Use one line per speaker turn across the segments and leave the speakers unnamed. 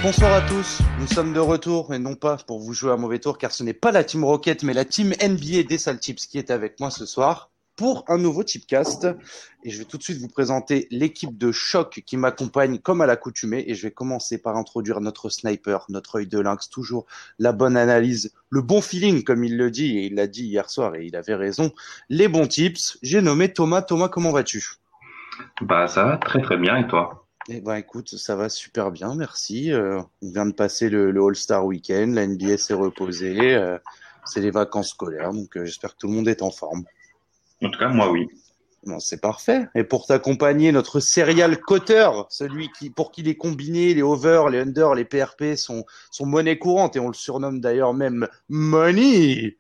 Bonsoir à tous, nous sommes de retour, et non pas pour vous jouer un mauvais tour, car ce n'est pas la Team Rocket, mais la Team NBA des Sales Chips qui est avec moi ce soir pour un nouveau Chipcast. Et je vais tout de suite vous présenter l'équipe de choc qui m'accompagne comme à l'accoutumée, et je vais commencer par introduire notre sniper, notre œil de lynx, toujours la bonne analyse, le bon feeling comme il le dit, et il l'a dit hier soir, et il avait raison, les bons tips. J'ai nommé Thomas. Thomas, comment vas-tu?
Bah ça va très très bien et toi?
Eh ben écoute, ça va super bien, merci. On vient de passer le All-Star Weekend, la NBA s'est reposée, c'est les vacances scolaires, donc j'espère que tout le monde est en forme.
En tout cas moi oui.
Bon, c'est parfait. Et pour t'accompagner, notre serial cutter, celui qui, pour qui les combinés, les overs, les unders, les PRP sont monnaie courante, et on le surnomme d'ailleurs même Money.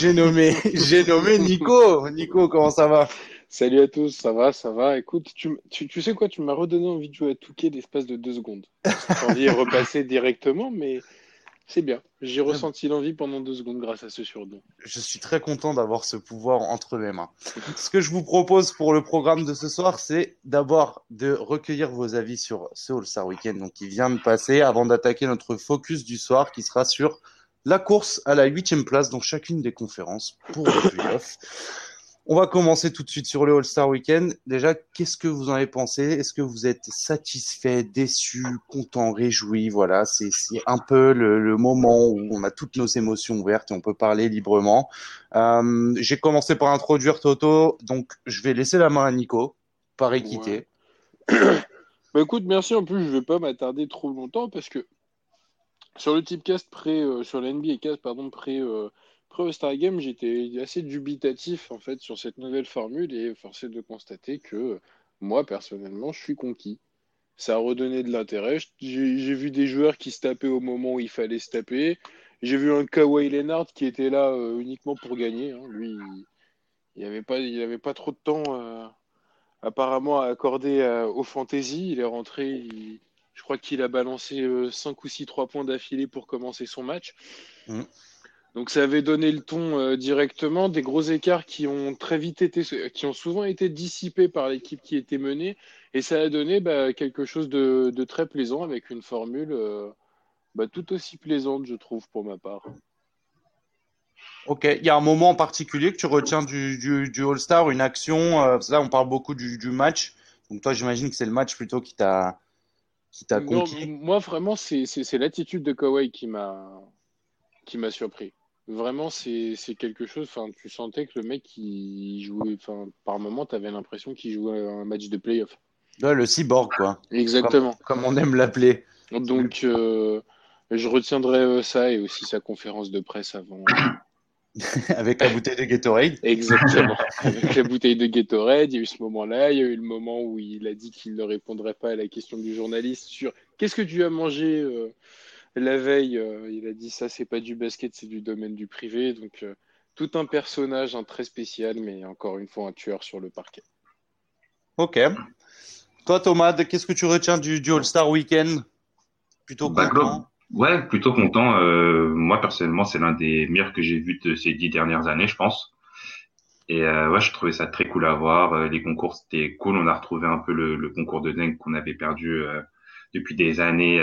J'ai nommé Nico. Nico, comment ça va?
Salut à tous, ça va, ça va. Écoute, tu sais quoi, tu m'as redonné envie de jouer à Touquet l'espace de 2 secondes. Cette envie est repassée directement, mais c'est bien. J'ai ressenti l'envie pendant 2 secondes grâce à ce surnom.
Je suis très content d'avoir ce pouvoir entre mes mains. Ce que je vous propose pour le programme de ce soir, c'est d'abord de recueillir vos avis sur ce All-Star Weekend donc, qui vient de passer avant d'attaquer notre focus du soir qui sera sur la course à la 8e place dans chacune des conférences pour les playoffs. On va commencer tout de suite sur le All-Star Weekend. Déjà, qu'est-ce que vous en avez pensé? Est-ce que vous êtes satisfait, déçu, content, réjoui? Voilà, c'est un peu le moment où on a toutes nos émotions ouvertes et on peut parler librement. J'ai commencé par introduire Toto, donc je vais laisser la main à Nico, par
Ouais.
équité.
Bah écoute, merci. En plus, je vais pas m'attarder trop longtemps parce que sur le Tipcast sur la NBA Cast, pardon, pré All-Star Game, j'étais assez dubitatif en fait sur cette nouvelle formule et forcé de constater que moi, personnellement, je suis conquis. Ça a redonné de l'intérêt. J'ai vu des joueurs qui se tapaient au moment où il fallait se taper. J'ai vu un Kawhi Leonard qui était là uniquement pour gagner, hein. Lui, il avait pas trop de temps apparemment à accorder aux fantasy. Il est rentré, je crois qu'il a balancé 5 ou 6 3 points d'affilée pour commencer son match.
Mm.
Donc ça avait donné le ton directement, des gros écarts qui ont souvent été dissipés par l'équipe qui était menée, et ça a donné quelque chose de très plaisant avec une formule tout aussi plaisante, je trouve, pour ma part.
Ok, il y a un moment en particulier que tu retiens du All-Star, une action, parce que là on parle beaucoup du match, donc toi j'imagine que c'est le match plutôt qui t'a
Non,
conquis.
moi vraiment, c'est l'attitude de Kawhi qui m'a surpris. Vraiment, c'est quelque chose. Enfin, tu sentais que le mec, il jouait. Enfin, par moment, tu avais l'impression qu'il jouait un match de playoff.
Ouais, le cyborg, quoi,
Exactement.
comme on aime l'appeler.
Donc, je retiendrai ça et aussi sa conférence de presse avant.
Avec la bouteille de Gatorade.
Exactement. Avec la bouteille de Gatorade, il y a eu ce moment-là. Il y a eu le moment où il a dit qu'il ne répondrait pas à la question du journaliste sur qu'est-ce que tu as mangé la veille. Il a dit ça, c'est pas du basket, c'est du domaine du privé. Donc, tout un personnage, un très spécial, mais encore une fois, un tueur sur le parquet.
Ok. Toi, Thomas, qu'est-ce que tu retiens du All-Star Weekend? Plutôt
Bah
content.
ouais, plutôt content. Moi personnellement c'est l'un des meilleurs que j'ai vu de ces 10 dernières années je pense. Et ouais, je trouvais ça très cool à voir. Les concours c'était cool. On a retrouvé un peu le concours de dingue qu'on avait perdu depuis des années.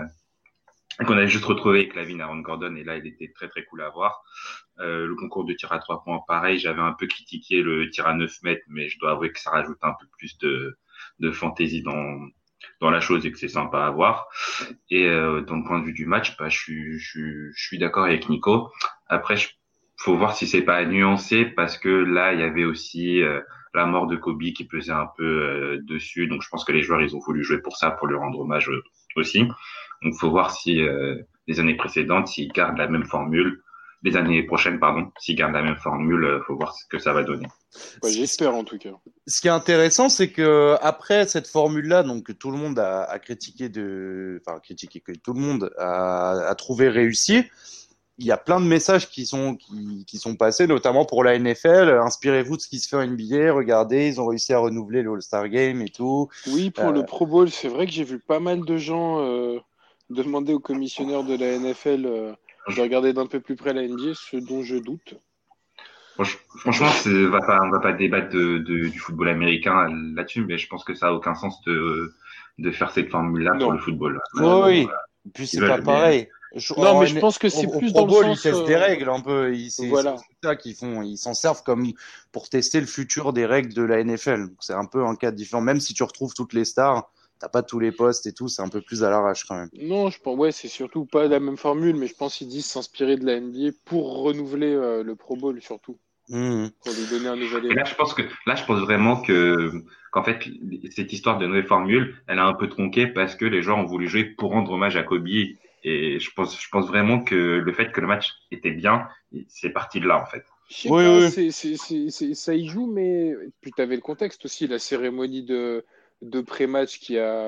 Qu'on avait juste retrouvé avec Lavine Aaron Gordon et là il était très très cool à voir. Le concours de tir à 3 points, pareil, j'avais un peu critiqué le tir à 9 mètres, mais je dois avouer que ça rajoute un peu plus de fantaisie dans la chose et que c'est sympa à voir. Et dans le point de vue du match, bah, je suis d'accord avec Nico. Après, faut voir si c'est pas nuancé parce que là, il y avait aussi la mort de Kobe qui pesait un peu dessus. Donc, je pense que les joueurs, ils ont voulu jouer pour ça, pour lui rendre hommage aussi. Donc, faut voir si les années précédentes, s'ils gardent la même formule, les années prochaines, pardon, s'ils gardent la même formule, faut voir ce que ça va donner.
Ouais, j'espère en tout cas.
Ce qui est intéressant, c'est que après cette formule-là, donc que tout le monde a critiqué enfin critiqué que tout le monde a trouvé réussi, il y a plein de messages qui sont passés, notamment pour la NFL. Inspirez-vous de ce qui se fait en NBA. Regardez, ils ont réussi à renouveler le All-Star Game et tout.
Oui, pour
Euh,
le Pro Bowl, c'est vrai que j'ai vu pas mal de gens demander au commissionnaire de la NFL de regarder d'un peu plus près la NBA, ce dont je doute.
Franchement, on va pas débattre du football américain là-dessus, mais je pense que ça a aucun sens de faire cette formule-là pour
Non,
le football.
oui,
non, non,
oui.
non.
Puis
Ils
c'est pas
veulent, mais
pareil.
Non, mais je pense que c'est
Au
plus
Pro
dans le
Bowl, ils
sens.
testent des règles un peu.
Voilà.
C'est ça qu'ils font. Ils s'en servent comme pour tester le futur des règles de la NFL. Donc, c'est un peu un cas différent. Même si tu retrouves toutes les stars, t'as pas tous les postes et tout, c'est un peu plus à l'arrache quand même.
Non, je pense, ouais, c'est surtout pas la même formule, mais je pense qu'ils disent s'inspirer de la NBA pour renouveler le Pro Bowl, surtout,
Mhm.
pour lui donner un nouvel
et
élan.
là, je pense vraiment qu'en fait, cette histoire de nouvelle formule, elle a un peu tronqué parce que les joueurs ont voulu jouer pour rendre hommage à Kobe. Et je pense vraiment que le fait que le match était bien, c'est parti de là, en fait.
Je sais
Oui,
pas,
oui.
ça y joue, mais puis tu avais le contexte aussi, la cérémonie de pré-match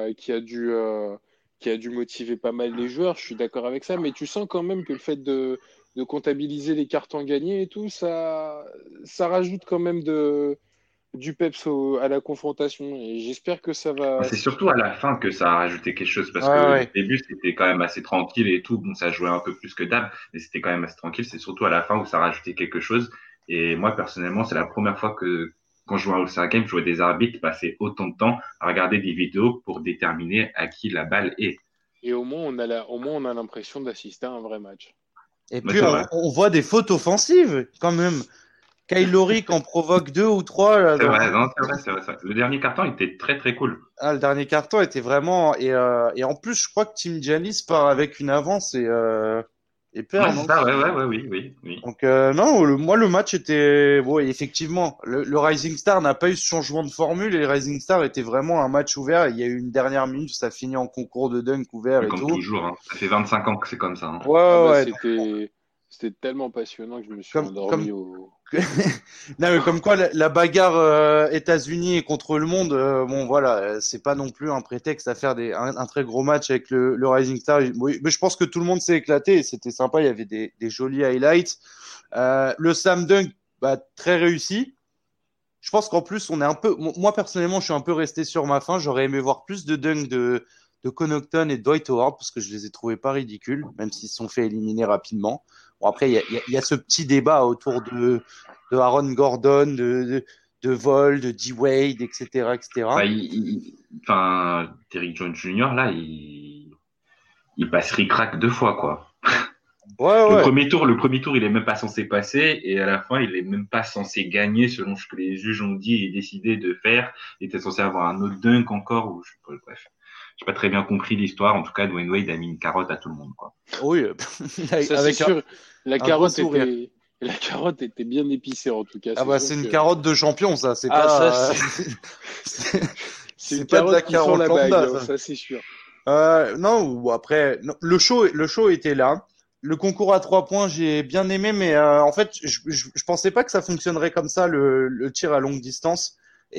qui a dû motiver pas mal les joueurs, je suis d'accord avec ça, mais tu sens quand même que le fait de comptabiliser les cartons gagnés et tout, ça rajoute quand même du peps à la confrontation, et j'espère que ça va.
C'est surtout à la fin que ça a rajouté quelque chose parce que
Ouais,
le
ouais.
début, c'était quand même assez tranquille et tout. Bon, ça jouait un peu plus que d'hab, mais c'était quand même assez tranquille. C'est surtout à la fin où ça a rajouté quelque chose. Et moi, personnellement, c'est la première fois que, quand je jouais à All-Star Game, je jouais des arbitres passer autant de temps à regarder des vidéos pour déterminer à qui la balle est.
Et au moins on a l'impression d'assister à un vrai match.
Et
Mais
puis
c'est vrai.
on voit des fautes offensives quand même. Kyle Lowry en provoque 2 ou 3 là,
C'est vrai, non, c'est vrai, c'est vrai, c'est vrai. Le dernier carton était très, très cool.
Ah, le dernier carton était vraiment et en plus je crois que Team Giannis part avec une avance et
Ouais,
perd,
c'est
non?
ça, ouais, ouais, ouais, oui, oui, oui.
Donc non, moi le match était bon, et effectivement, le Rising Star n'a pas eu ce changement de formule et le Rising Star était vraiment un match ouvert. Il y a eu une dernière minute, ça finit en concours de dunk ouvert
Mais
et
comme
tout.
toujours, hein. Ça fait 25 ans que c'est comme ça, hein.
Ouais,
Ah
ouais,
bah
ouais.
c'était tellement passionnant que je me suis
Comme
endormi au.
non, mais comme quoi la bagarre États-Unis contre le monde, bon voilà, c'est pas non plus un prétexte à faire un très gros match avec le Rising Star. Oui, mais je pense que tout le monde s'est éclaté et c'était sympa. Il y avait des jolis highlights. Le slam dunk, bah, très réussi. Je pense qu'en plus, on est un peu. Moi, personnellement, je suis un peu resté sur ma faim. J'aurais aimé voir plus de dunks de Connaughton et de Dwight Howard parce que je les ai trouvés pas ridicules, même s'ils se sont fait éliminer rapidement. Bon, après, il y a ce petit débat autour de Aaron Gordon, de Vol, de D-Wade, etc.,
Enfin,
etc.
enfin, Derrick Jones Jr., là, il passe ric-rac 2 fois, quoi.
Ouais, ouais.
Le premier tour, il est même pas censé passer, et à la fin, il est même pas censé gagner selon ce que les juges ont dit et décidé de faire. Il était censé avoir un autre dunk encore, ou bref. J'ai pas très bien compris l'histoire. En tout cas, Dwayne Wade a mis une carotte à tout le monde, quoi.
Oui,
Ça c'est
avec
sûr. La
un gros
carotte
sourire.
était la carotte était bien épicée en tout cas.
Ah
C'est
bah,
sûr
c'est une
que
carotte de champion, ça. C'est
ah ça
pas,
c'est c'est
c'est
une
pas de la
carotte qui sent
carotte
la bague,
lambda,
hein,
ça.
ça c'est sûr.
Non, ou après, non, le show était là. Le concours à 3 points, j'ai bien aimé, mais en fait, je pensais pas que ça fonctionnerait comme ça, le tir à longue distance.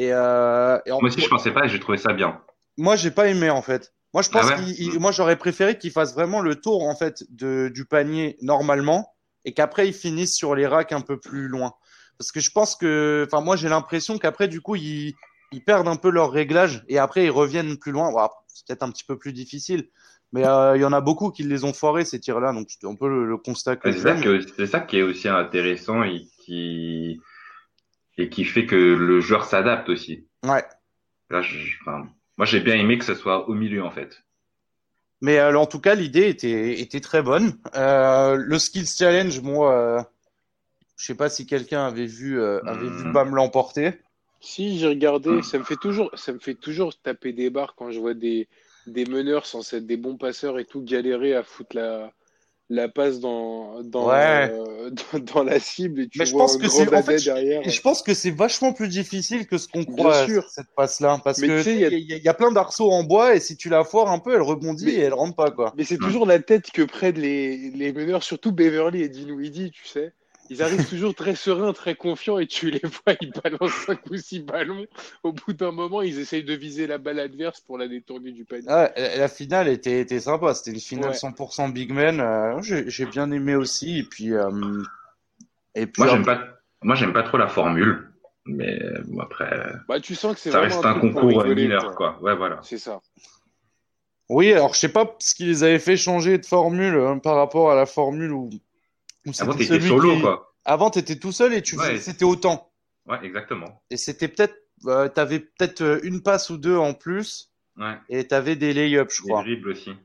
Moi aussi, je pensais pas et j'ai trouvé ça bien.
Moi, j'ai pas aimé en fait. Moi, je
Ah
pense
ouais?
moi, j'aurais préféré qu'il fasse vraiment le tour en fait du panier normalement et qu'après ils finissent sur les racks un peu plus loin. Parce que je pense que, enfin, moi, j'ai l'impression qu'après, du coup, ils perdent un peu leur réglage et après ils reviennent plus loin. Bon, après, c'est peut-être un petit peu plus difficile, mais il y en a beaucoup qui les ont foirés ces tirs-là, donc c'est un peu le constat que
Ouais,
je fais. Mais
c'est ça qui est aussi intéressant et qui fait que le joueur s'adapte aussi.
ouais.
Là, enfin, moi, j'ai bien aimé que ce soit au milieu, en fait.
Mais en tout cas, l'idée était très bonne. Le Skills Challenge, moi, je sais pas si quelqu'un avait vu
Hum,
Bam l'emporter.
Si j'ai regardé,
hum.
ça me fait toujours taper des barres quand je vois des meneurs censés être des bons passeurs et tout galérer à foutre la passe
Ouais.
dans la cible et tu
Mais je
vois
pense
un
que
grand
c'est, en fait,
dadais derrière.
je pense que c'est vachement plus difficile que ce qu'on
Bien
croit,
sûr,
cette passe-là. Parce
mais tu
que, tu
sais,
sais, il y a plein d'arceaux en bois et si tu la foires un peu, elle rebondit et
mais,
elle rentre pas, quoi.
mais c'est
Ouais.
toujours la tête que prennent les meneurs, surtout Beverly et Dinwiddie, tu sais. Ils arrivent toujours très sereins, très confiants et tu les vois, ils balancent 5 ou 6 ballons. Au bout d'un moment, ils essayent de viser la balle adverse pour la détourner du panier.
Ah, la finale était sympa. C'était une finale
Ouais.
100% big man. J'ai bien aimé aussi. Et
Moi,
puis après,
j'aime pas trop la formule, mais bon, après,
Bah, tu sens que c'est
ça
vraiment un
reste un
truc pour
concours
rigoler,
mineur,
quoi.
quoi. Ouais, voilà.
C'est ça.
oui, alors je sais pas ce qui les avait fait changer de formule par rapport à la formule où
Avant,
c'était
t'étais
celui
solo,
qui.
quoi.
Avant, t'étais tout seul et
Ouais,
c'était autant.
ouais, exactement.
Et c'était peut-être, t'avais peut-être une passe ou deux en plus
Ouais.
et t'avais des lay-ups, je
Des
crois.
dribbles aussi.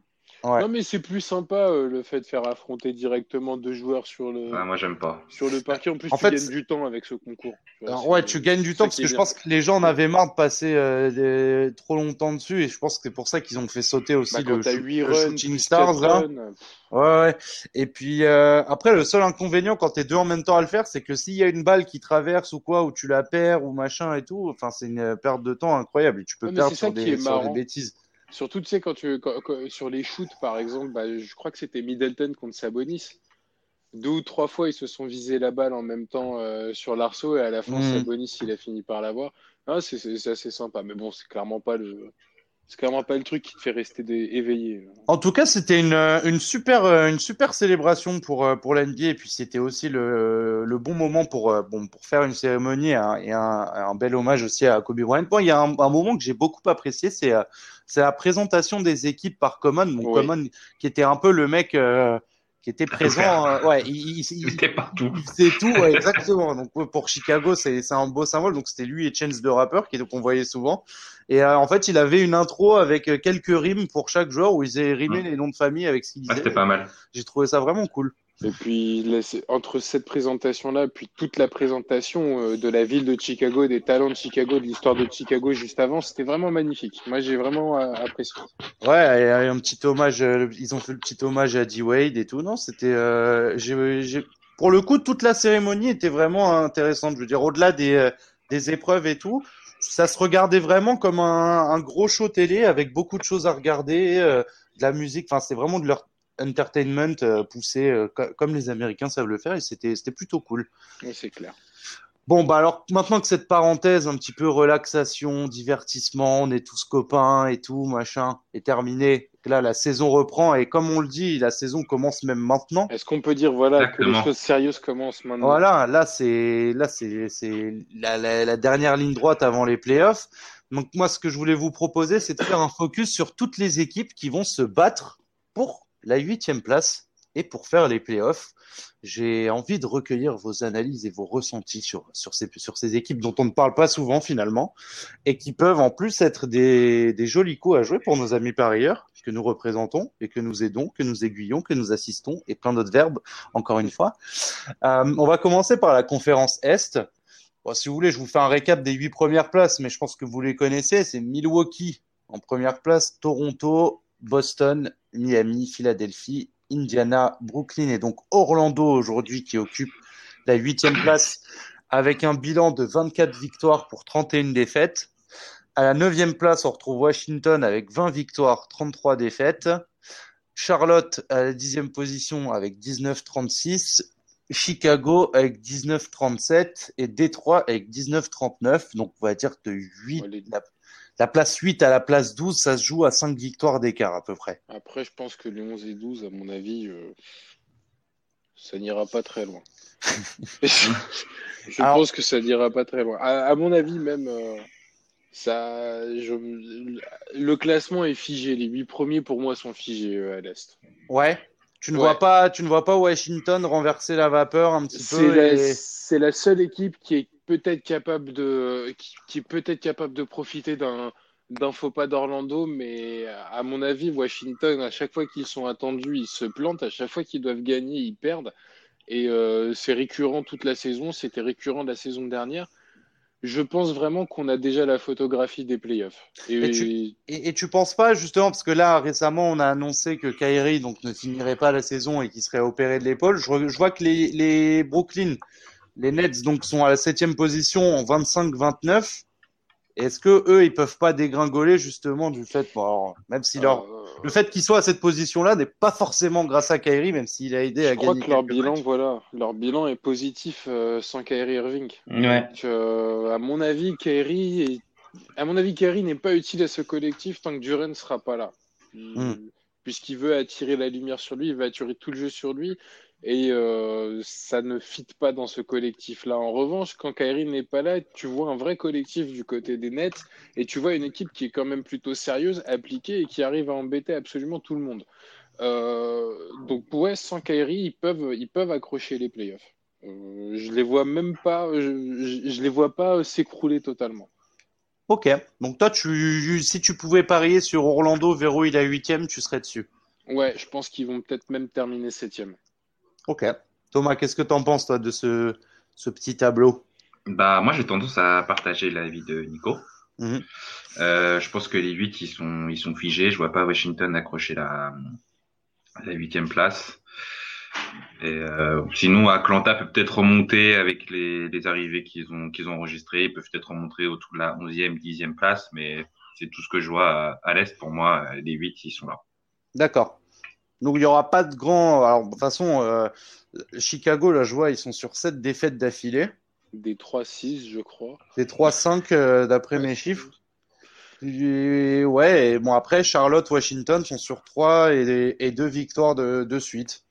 Ouais.
Non, mais c'est plus sympa le fait de faire affronter directement deux joueurs
Ah, moi, j'aime pas.
sur le parquet. En plus,
En
tu gagnes
fait,
du temps avec ce concours. Tu vois,
alors, ouais, tu gagnes du
c'est
temps
ça
parce
qui est
que je
bien.
pense que les gens en avaient marre de passer trop longtemps dessus et je pense que c'est pour ça qu'ils ont fait sauter
Bah,
aussi
quand t'as 8
le
runs
Shooting
plus
Stars
4
là.
runs,
Ouais, ouais. Et puis après, le seul inconvénient quand t'es deux en même temps à le faire, c'est que s'il y a une balle qui traverse ou quoi, ou tu la perds ou machin et tout, enfin c'est une perte de temps incroyable et tu peux
ouais, mais c'est
perdre
ça qui est
sur des
marrant.
bêtises.
Surtout, tu sais, sur les shoots, par exemple, bah, je crois que c'était Middleton contre Sabonis. Deux ou trois fois, ils se sont visés la balle en même temps sur l'arceau et à la fin,
Hmm.
Sabonis, il a fini par l'avoir. Ah, c'est assez sympa, mais bon, c'est clairement pas le truc qui te fait rester éveillé.
En tout cas, c'était une super célébration pour la NBA et puis c'était aussi le bon moment pour faire une cérémonie et un bel hommage aussi à Kobe Bryant. Bon, il y a un moment que j'ai beaucoup apprécié, c'est la présentation des équipes par Common. Bon,
Oui,
Common qui était un peu le mec qui était
À tout
présent.
faire.
Ouais,
Il était partout.
il faisait tout, ouais, exactement. Donc ouais, pour Chicago, c'est un beau symbole. Donc c'était lui et Chance the Rapper qu'on voyait souvent. Et en fait, il avait une intro avec quelques rimes pour chaque joueur où ils avaient rimé
Hmm.
les noms de famille avec ce qu'ils
Ouais,
disaient.
c'était pas mal.
J'ai trouvé ça vraiment cool.
et puis là, entre cette présentation-là, puis toute la présentation de la ville de Chicago, des talents de Chicago, de l'histoire de Chicago juste avant, c'était vraiment magnifique. Moi, j'ai vraiment apprécié.
Ouais, et un petit hommage. Ils ont fait le petit hommage à D-Wade et tout. Non, c'était. Pour le coup, toute la cérémonie était vraiment intéressante. Je veux dire, au-delà des épreuves et tout, ça se regardait vraiment comme un gros show télé avec beaucoup de choses à regarder, de la musique. Enfin, c'est vraiment de leur entertainment poussé comme les Américains savent le faire et c'était plutôt cool.
Oui, c'est clair.
Bon, bah alors maintenant que cette parenthèse un petit peu relaxation, divertissement, on est tous copains et tout, machin, est terminée, que là la saison reprend et comme on le dit, la saison commence même maintenant.
Est-ce qu'on peut dire voilà que les
Exactement.
choses sérieuses commencent maintenant?
Voilà, là c'est la dernière ligne droite avant les playoffs. Donc moi ce que je voulais vous proposer, c'est de faire un focus sur toutes les équipes qui vont se battre pour la huitième place et pour faire les playoffs. J'ai envie de recueillir vos analyses et vos ressentis sur ces équipes dont on ne parle pas souvent finalement et qui peuvent en plus être des jolis coups à jouer pour nos amis parieurs que nous représentons et que nous aidons, que nous aiguillons, que nous assistons et plein d'autres verbes, encore une fois. On va commencer par la conférence Est. Bon, si vous voulez, je vous fais un récap des 8 premières places, mais je pense que vous les connaissez. C'est Milwaukee en première place, Toronto, Boston, Miami, Philadelphie, Indiana, Brooklyn et donc Orlando aujourd'hui qui occupe la 8e place avec un bilan de 24 victoires pour 31 défaites. À la 9e place, on retrouve Washington avec 20 victoires, 33 défaites. Charlotte à la 10e position avec 19-36. Chicago avec 19-37 et Détroit avec 19-39. Donc, on va dire de
Ouais,
8, la place 8 à la place 12, ça se joue à 5 victoires d'écart à peu près.
Après, je pense que les 11 et 12, à mon avis, ça n'ira pas très loin. Je
Alors,
pense que ça n'ira pas très loin. À mon avis, même, le classement est figé. Les 8 premiers, pour moi, sont figés à l'Est.
ouais, tu ne vois
Ouais.
pas, tu ne vois pas Washington renverser la vapeur un petit peu et
C'est la seule équipe qui est peut-être capable qui est peut-être capable de profiter d'un faux pas d'Orlando, mais à mon avis, Washington, à chaque fois qu'ils sont attendus, ils se plantent. À chaque fois qu'ils doivent gagner, ils perdent. Et c'est récurrent toute la saison. C'était récurrent la saison dernière. Je pense vraiment qu'on a déjà la photographie des playoffs.
Et tu,
Et
et tu penses pas justement, parce que là récemment on a annoncé que Kyrie donc ne finirait pas la saison et qu'il serait opéré de l'épaule. Je vois que les Brooklyn, les Nets donc sont à la 7e position en 25-29. Est-ce que eux ils peuvent pas dégringoler justement du fait, bon, alors, même si le
euh,
fait qu'ils soient à cette position-là n'est pas forcément grâce à Kyrie, même s'il a aidé
je
à
crois
gagner
que leur
quelques
bilan,
matchs.
voilà, leur bilan est positif sans Kyrie Irving.
Ouais.
Donc, à mon avis, Kyrie n'est pas utile à ce collectif tant que Duren ne sera pas là.
Hmm.
Puisqu'il veut attirer la lumière sur lui, il va attirer tout le jeu sur lui. Et ça ne fit pas dans ce collectif-là. En revanche, quand Kyrie n'est pas là, tu vois un vrai collectif du côté des Nets et tu vois une équipe qui est quand même plutôt sérieuse, appliquée et qui arrive à embêter absolument tout le monde. Donc ouais, sans Kyrie, ils peuvent accrocher les playoffs. Je les vois même pas, je les vois pas s'écrouler totalement.
Ok, donc toi si tu pouvais parier sur Orlando, Vero il a 8e, tu serais dessus.
Ouais, je pense qu'ils vont peut-être même terminer septième.
Ok. Thomas, qu'est-ce que t'en penses, toi, de ce petit tableau?
Bah, moi, j'ai tendance à partager l'avis de Nico.
Mhm.
Je pense que les 8 ils sont figés. Je vois pas Washington accrocher la huitième place. Et sinon, Atlanta peut peut-être remonter avec les arrivées qu'ils ont enregistrées. Ils peuvent peut-être remonter autour de la 11e, 10e place, mais c'est tout ce que je vois à l'Est. Pour moi, les 8 ils sont là.
D'accord. Donc, il n'y aura pas de grand. Alors, de toute façon, Chicago, là, je vois, ils sont sur 7 défaites d'affilée.
Des 3-6, je crois.
Des 3-5 d'après
Ouais,
mes
c'est-
chiffres. Ouais, et bon, après, Charlotte, Washington sont sur 3 et 2 victoires de suite.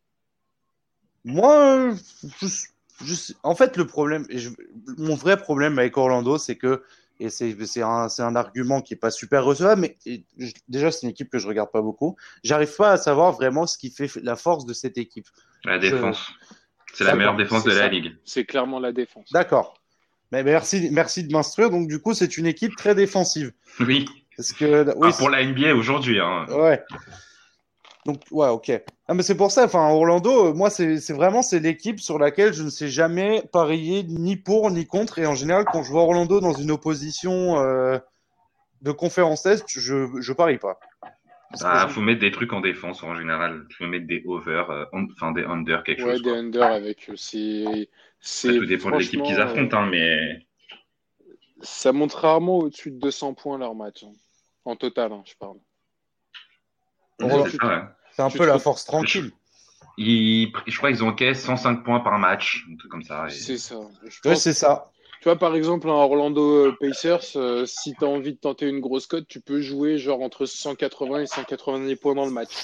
Moi, je, en fait, le problème, mon vrai problème avec Orlando, c'est que, et c'est un argument qui est pas super recevable, mais déjà, c'est une équipe que je regarde pas beaucoup. J'arrive pas à savoir vraiment ce qui fait la force de cette équipe.
La
Je,
défense, c'est la meilleure
d'accord,
défense
c'est
de la
ça.
ligue.
C'est clairement la défense.
d'accord. Mais merci de m'instruire. Donc, du coup, c'est une équipe très défensive.
Oui.
Parce que, oui,
Ah, pour la NBA aujourd'hui, hein.
ouais. Donc, ouais, ok. Ah, mais c'est pour ça, enfin, Orlando, moi, c'est l'équipe sur laquelle je ne sais jamais parier ni pour ni contre. Et en général, quand je vois Orlando dans une opposition de conférence Est, je parie pas. Parce que
Ah, faut mettre des trucs en défense en général. Tu peux mettre des over, enfin des under, quelque
Ouais,
chose,
des
quoi.
under avec eux.
Après,
C'est
tout dépend de l'équipe qu'ils
franchement,
affrontent, hein, mais
ça monte rarement au-dessus de 200 points leur match, hein. En total, hein, je parle.
ouais,
Donc
Orla-
c'est ça, ouais.
c'est un
tu
peu
te
la
re-
force
Je,
tranquille.
je crois qu'ils encaissent 105 points par match, un truc comme ça. Et...
c'est ça. Je
Ouais,
pense,
c'est ça.
tu vois, par exemple, un Orlando Pacers, si tu as envie de tenter une grosse cote, tu peux jouer genre entre 180 et 190 points dans le match.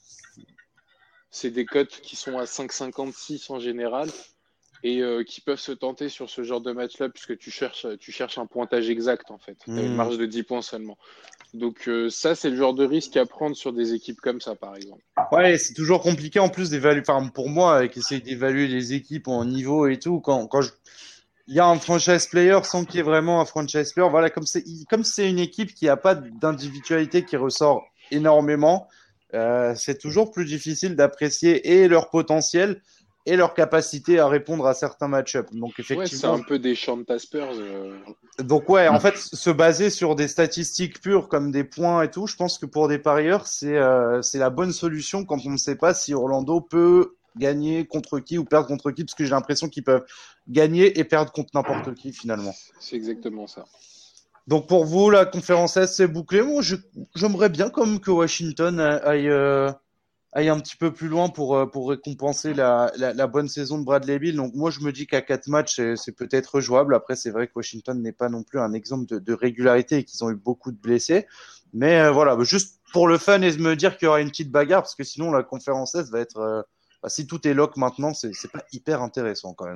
C'est des cotes qui sont à 5,56 en général et qui peuvent se tenter sur ce genre de match-là puisque tu cherches un pointage exact en fait. Tu as une
Hmm.
marge de 10 points seulement. Donc ça, c'est le genre de risque à prendre sur des équipes comme ça, par exemple.
Ouais, c'est toujours compliqué en plus d'évaluer. Enfin, pour moi, avec essayer d'évaluer les équipes en niveau et tout, il y a un franchise player sans qu'il y ait vraiment un franchise player. Voilà, comme c'est une équipe qui n'a pas d'individualité qui ressort énormément, c'est toujours plus difficile d'apprécier et leur potentiel et leur capacité à répondre à certains match-ups. Donc
Ouais, c'est
effectivement,
un peu des Shanta Spurs.
donc ouais, en
Hmm.
fait, se baser sur des statistiques pures comme des points et tout, je pense que pour des parieurs, c'est la bonne solution quand on ne sait pas si Orlando peut gagner contre qui ou perdre contre qui, parce que j'ai l'impression qu'ils peuvent gagner et perdre contre n'importe qui finalement.
C'est exactement ça.
Donc pour vous, la conférence S, c'est bouclé. Moi, j'aimerais bien comme que Washington aille un petit peu plus loin pour récompenser la bonne saison de Bradley Beal. Donc moi, je me dis qu'à 4 matchs, c'est peut-être jouable. Après, c'est vrai que Washington n'est pas non plus un exemple de régularité et qu'ils ont eu beaucoup de blessés. Mais voilà, juste pour le fun et me dire qu'il y aura une petite bagarre, parce que sinon, la conférence S va être... bah, si tout est lock maintenant, c'est pas hyper intéressant quand même.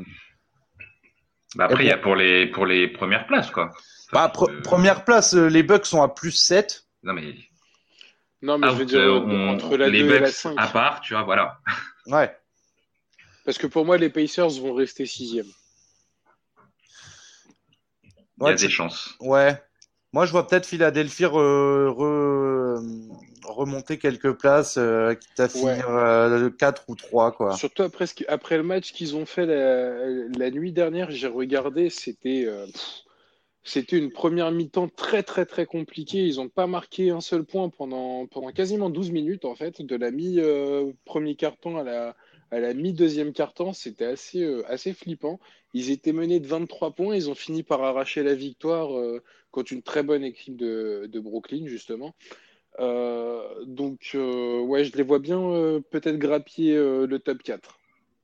Bah
Et
après, il y
bon,
a pour les premières places, quoi. Enfin,
bah, première place, les Bucks sont à +7.
non, mais
Non, mais je veux
out,
dire entre la
les
2 et la
Bucks à
5.
part, tu vois, voilà.
Ouais.
Parce que pour moi, les Pacers vont rester sixième.
Il y
Ouais,
a des chances.
ouais. Moi, je vois peut-être Philadelphie remonter quelques places, quitte à
Ouais.
finir 4 ou 3, quoi.
Surtout après le match qu'ils ont fait la nuit dernière, j'ai regardé, c'était une première mi-temps très très très compliquée. Ils n'ont pas marqué un seul point pendant quasiment 12 minutes en fait, de la mi-premier carton à la mi-deuxième carton. C'était assez flippant. Ils étaient menés de 23 points, ils ont fini par arracher la victoire contre une très bonne équipe de Brooklyn justement. Donc ouais, je les vois bien peut-être grappiller le top 4.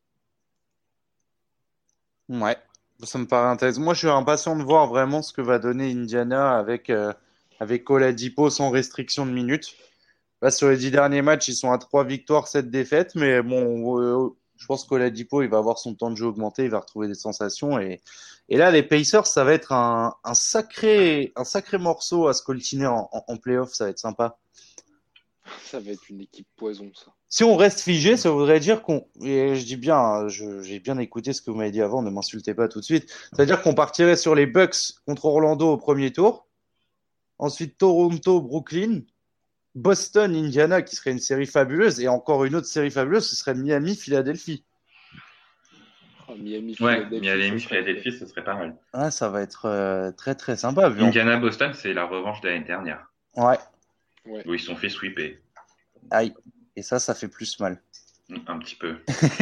Ouais, ça me paraît intéressant. Moi, je suis impatient de voir vraiment ce que va donner Indiana avec Oladipo sans restriction de minutes. Là, sur les 10 derniers matchs, ils sont à 3 victoires, 7 défaites. Mais bon, je pense qu'Oladipo, il va avoir son temps de jeu augmenté, il va retrouver des sensations. Et là, les Pacers, ça va être un sacré morceau à se coltiner en playoff. Ça va être sympa.
Ça va être une équipe poison, ça.
Si on reste figé, ça voudrait dire qu'on, et je dis bien, hein, j'ai bien écouté ce que vous m'avez dit avant, ne m'insultez pas tout de suite. C'est-à-dire qu'on partirait sur les Bucks contre Orlando au premier tour, ensuite Toronto, Brooklyn, Boston, Indiana, qui serait une série fabuleuse, et encore une autre série fabuleuse, ce serait Miami, Philadelphie.
Miami,
Ouais,
Philadelphie,
Philadelphie, ce serait pas mal.
Ah, ça va être très très sympa.
Indiana-Boston, c'est la revanche de l'année dernière,
Ouais,
Ouais.
où ils se sont fait sweeper.
aïe. Et ça fait plus mal.
Un petit peu.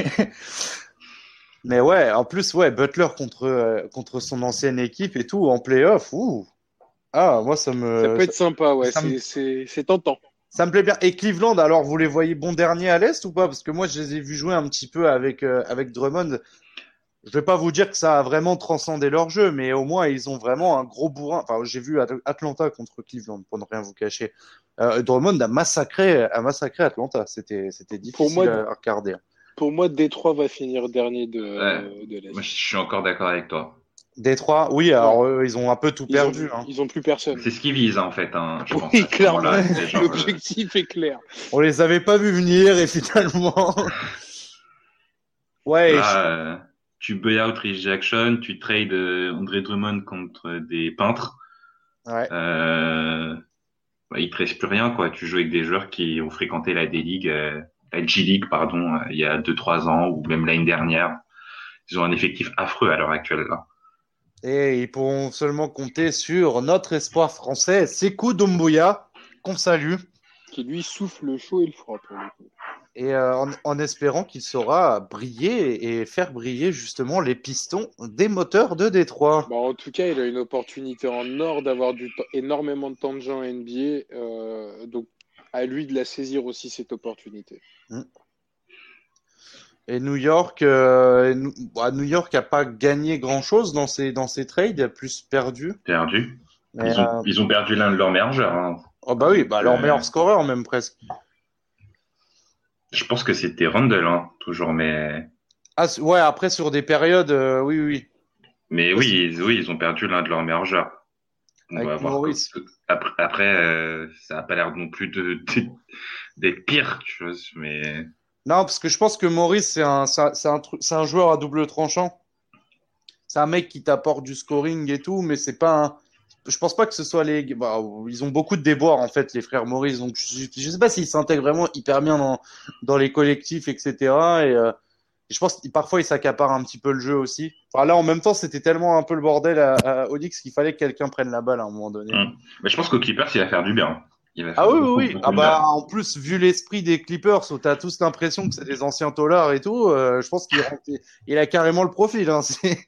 Mais ouais, en plus, ouais, Butler contre son ancienne équipe et tout, en playoff, ouh. Ah, moi,
Ça peut être sympa, ouais.
ça me-
C'est tentant.
ça me plaît bien. Et Cleveland, alors, vous les voyez bon dernier à l'Est ou pas? Parce que moi, je les ai vus jouer un petit peu avec Drummond. Je vais pas vous dire que ça a vraiment transcendé leur jeu, mais au moins, ils ont vraiment un gros bourrin. Enfin, j'ai vu Atlanta contre Cleveland, pour ne rien vous cacher. Drummond a massacré Atlanta. C'était difficile à regarder.
Pour moi, Détroit va finir dernier de l'Est.
Moi, je suis encore d'accord avec toi.
Détroit, oui, alors ils ont un peu tout perdu.
Ils ont plus personne.
C'est ce qu'ils visent, en fait. Je pense,
Oui, clairement.
Genre,
L'objectif est clair.
On les avait pas vus venir et finalement. Ouais.
Là, tu buy out Rich Jackson, tu trades André Drummond contre des peintres.
Ouais.
Il te reste plus rien, quoi. Tu joues avec des joueurs qui ont fréquenté la D-League, la G-League, pardon, il y a 2-3 ans, ou même l'année dernière. Ils ont un effectif affreux à l'heure actuelle, là.
Et ils pourront seulement compter sur notre espoir français, Sékou Doumbouya, qu'on salue.
Qui lui souffle le chaud et le froid pour le coup.
Et en espérant qu'il saura briller et faire briller justement les pistons des moteurs de Détroit.
Bah, en tout cas, il a une opportunité en or d'avoir énormément de temps de jeu en NBA. Donc, à lui de la saisir aussi, cette opportunité.
Et New York n'a pas gagné grand-chose dans ces trades, il a plus perdu.
Mais ils ont perdu l'un de leurs meilleurs joueurs. Hein.
Oh bah oui, leur meilleur scoreur même presque.
Je pense que c'était Randle, hein, toujours, mais...
Ah ouais, après sur des périodes, oui.
Mais oui, ils ont perdu l'un de leurs meilleurs joueurs. On va voir. Après, ça n'a pas l'air non plus d'être pire, tu vois, mais...
Non, parce que je pense que Maurice, c'est un joueur à double tranchant. C'est un mec qui t'apporte du scoring et tout, mais c'est pas un... Je pense pas que ce soit les... Bah, ils ont beaucoup de déboires, en fait, les frères Maurice. Donc, je sais pas s'ils s'intègrent vraiment hyper bien dans les collectifs, etc. Et je pense que parfois, ils s'accaparent un petit peu le jeu aussi. Enfin, là, en même temps, c'était tellement un peu le bordel à Onyx qu'il fallait que quelqu'un prenne la balle à un moment donné.
Mais je pense qu'au Clippers, il va faire du bien.
Oui. Ah bah, en plus, vu l'esprit des Clippers, où t'as tous l'impression que c'est des anciens taulards et tout, je pense qu'il a carrément le profil. Hein.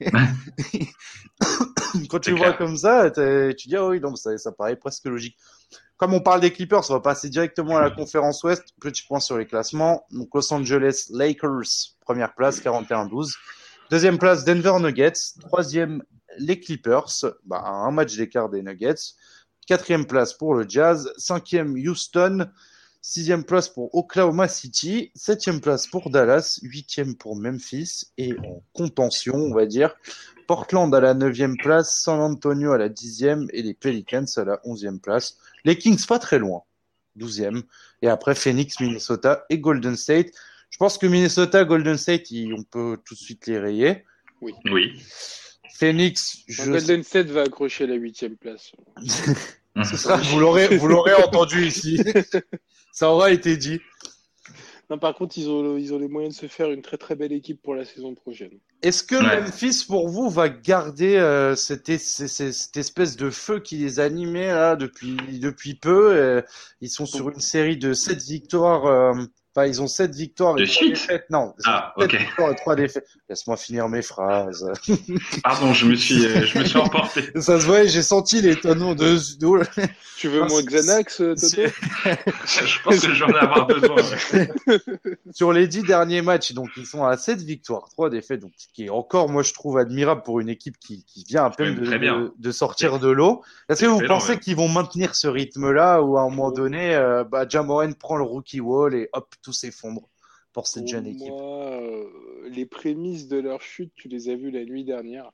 Quand tu le vois comme ça, tu dis, ah oui, donc ça paraît presque logique. Comme on parle des Clippers, on va passer directement à la conférence Ouest. Petit point sur les classements. Donc, Los Angeles Lakers, première place, 41-12. Deuxième place, Denver Nuggets. Troisième, les Clippers. Bah, un match d'écart des Nuggets. Quatrième place pour le Jazz. Cinquième, Houston. Sixième place pour Oklahoma City. Septième place pour Dallas. Huitième pour Memphis. Et en contention, on va dire, Portland à la 9e place, San Antonio à la 10e et les Pelicans à la 11e place. Les Kings pas très loin, 12e. Et après Phoenix, Minnesota et Golden State. Je pense que Minnesota, Golden State, on peut tout de suite les rayer.
Oui.
Phoenix,
Golden State va accrocher la 8e place.
vous l'aurez entendu ici. Ça aura été dit.
Non, par contre, ils ont les moyens de se faire une très très belle équipe pour la saison prochaine.
Est-ce que Memphis, pour vous, va garder cette espèce de feu qui les animait là depuis peu Ils sont sur une série de 7 victoires. Ils ont 7 victoires et 3 défaites. Non, 7 victoires et 3 défaites. Laisse-moi finir mes phrases.
Pardon, je me suis emporté.
Ça se voit, j'ai senti les tonneaux de...
Tu veux moins Xanax, Toto?
Je pense que j'en ai avoir besoin.
Sur les 10 derniers matchs, donc ils sont à 7 victoires, 3 défaites, donc ce qui est encore, moi je trouve admirable pour une équipe qui vient à peine de sortir de l'eau. Est-ce que vous pensez qu'ils vont maintenir ce rythme-là ou à un moment donné, Ja Morant prend le rookie wall et hop, tout s'effondre pour cette jeune équipe?
Moi, les prémices de leur chute, tu les as vues la nuit dernière.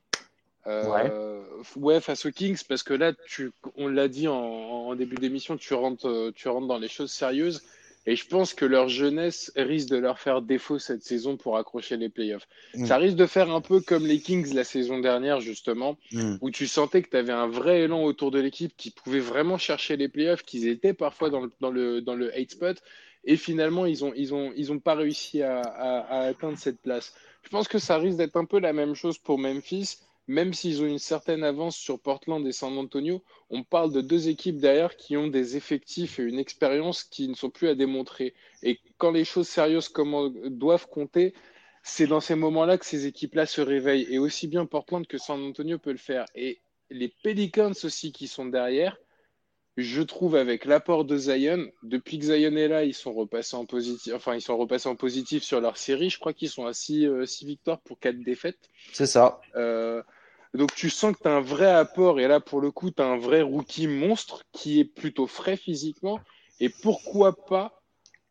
Face aux Kings, parce que là, on l'a dit en début d'émission, tu rentres dans les choses sérieuses. Et je pense que leur jeunesse risque de leur faire défaut cette saison pour accrocher les playoffs. Ça risque de faire un peu comme les Kings la saison dernière, justement, où tu sentais que tu avais un vrai élan autour de l'équipe, qui pouvait vraiment chercher les playoffs, qu'ils étaient parfois dans le 8 spot. Et finalement, ils ont pas réussi à atteindre cette place. Je pense que ça risque d'être un peu la même chose pour Memphis, même s'ils ont une certaine avance sur Portland et San Antonio. On parle de deux équipes derrière qui ont des effectifs et une expérience qui ne sont plus à démontrer. Et quand les choses sérieuses doivent compter, c'est dans ces moments-là que ces équipes-là se réveillent. Et aussi bien Portland que San Antonio peut le faire. Et les Pelicans aussi qui sont derrière, je trouve avec l'apport de Zion, depuis que Zion est là, ils sont repassés en positif, enfin ils sont repassés en positif sur leur série. Je crois qu'ils sont à 6 victoires pour 4 défaites.
C'est ça.
Donc tu sens que tu as un vrai apport et là pour le coup tu as un vrai rookie monstre qui est plutôt frais physiquement et pourquoi pas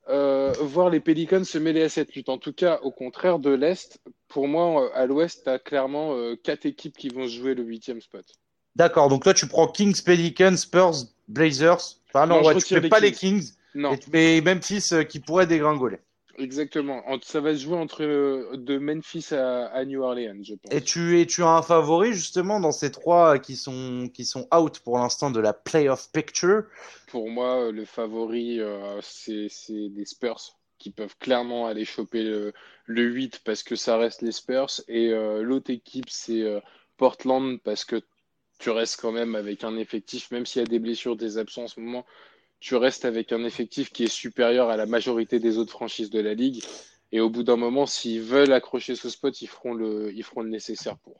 voir les Pelicans se mêler à cette lutte. En tout cas, au contraire de l'Est, pour moi à l'Ouest, tu as clairement 4 équipes qui vont se jouer le 8e spot.
D'accord, donc toi tu prends Kings, Pelicans, Spurs, Blazers. Enfin non,
je
tu
retire
fais pas les
Kings.
Kings,
Non.
et tu mets Memphis qui pourrait dégringoler.
Exactement. Ça va se jouer entre de Memphis à New Orleans, je pense.
Et tu as un favori justement dans ces trois qui sont out pour l'instant de la playoff picture.
Pour moi, le favori, c'est les Spurs qui peuvent clairement aller choper le 8 parce que ça reste les Spurs. Et l'autre équipe, c'est Portland parce que tu restes quand même avec un effectif, même s'il y a des blessures, des absences en ce moment, tu restes avec un effectif qui est supérieur à la majorité des autres franchises de la ligue. Et au bout d'un moment, s'ils veulent accrocher ce spot, ils feront le nécessaire pour.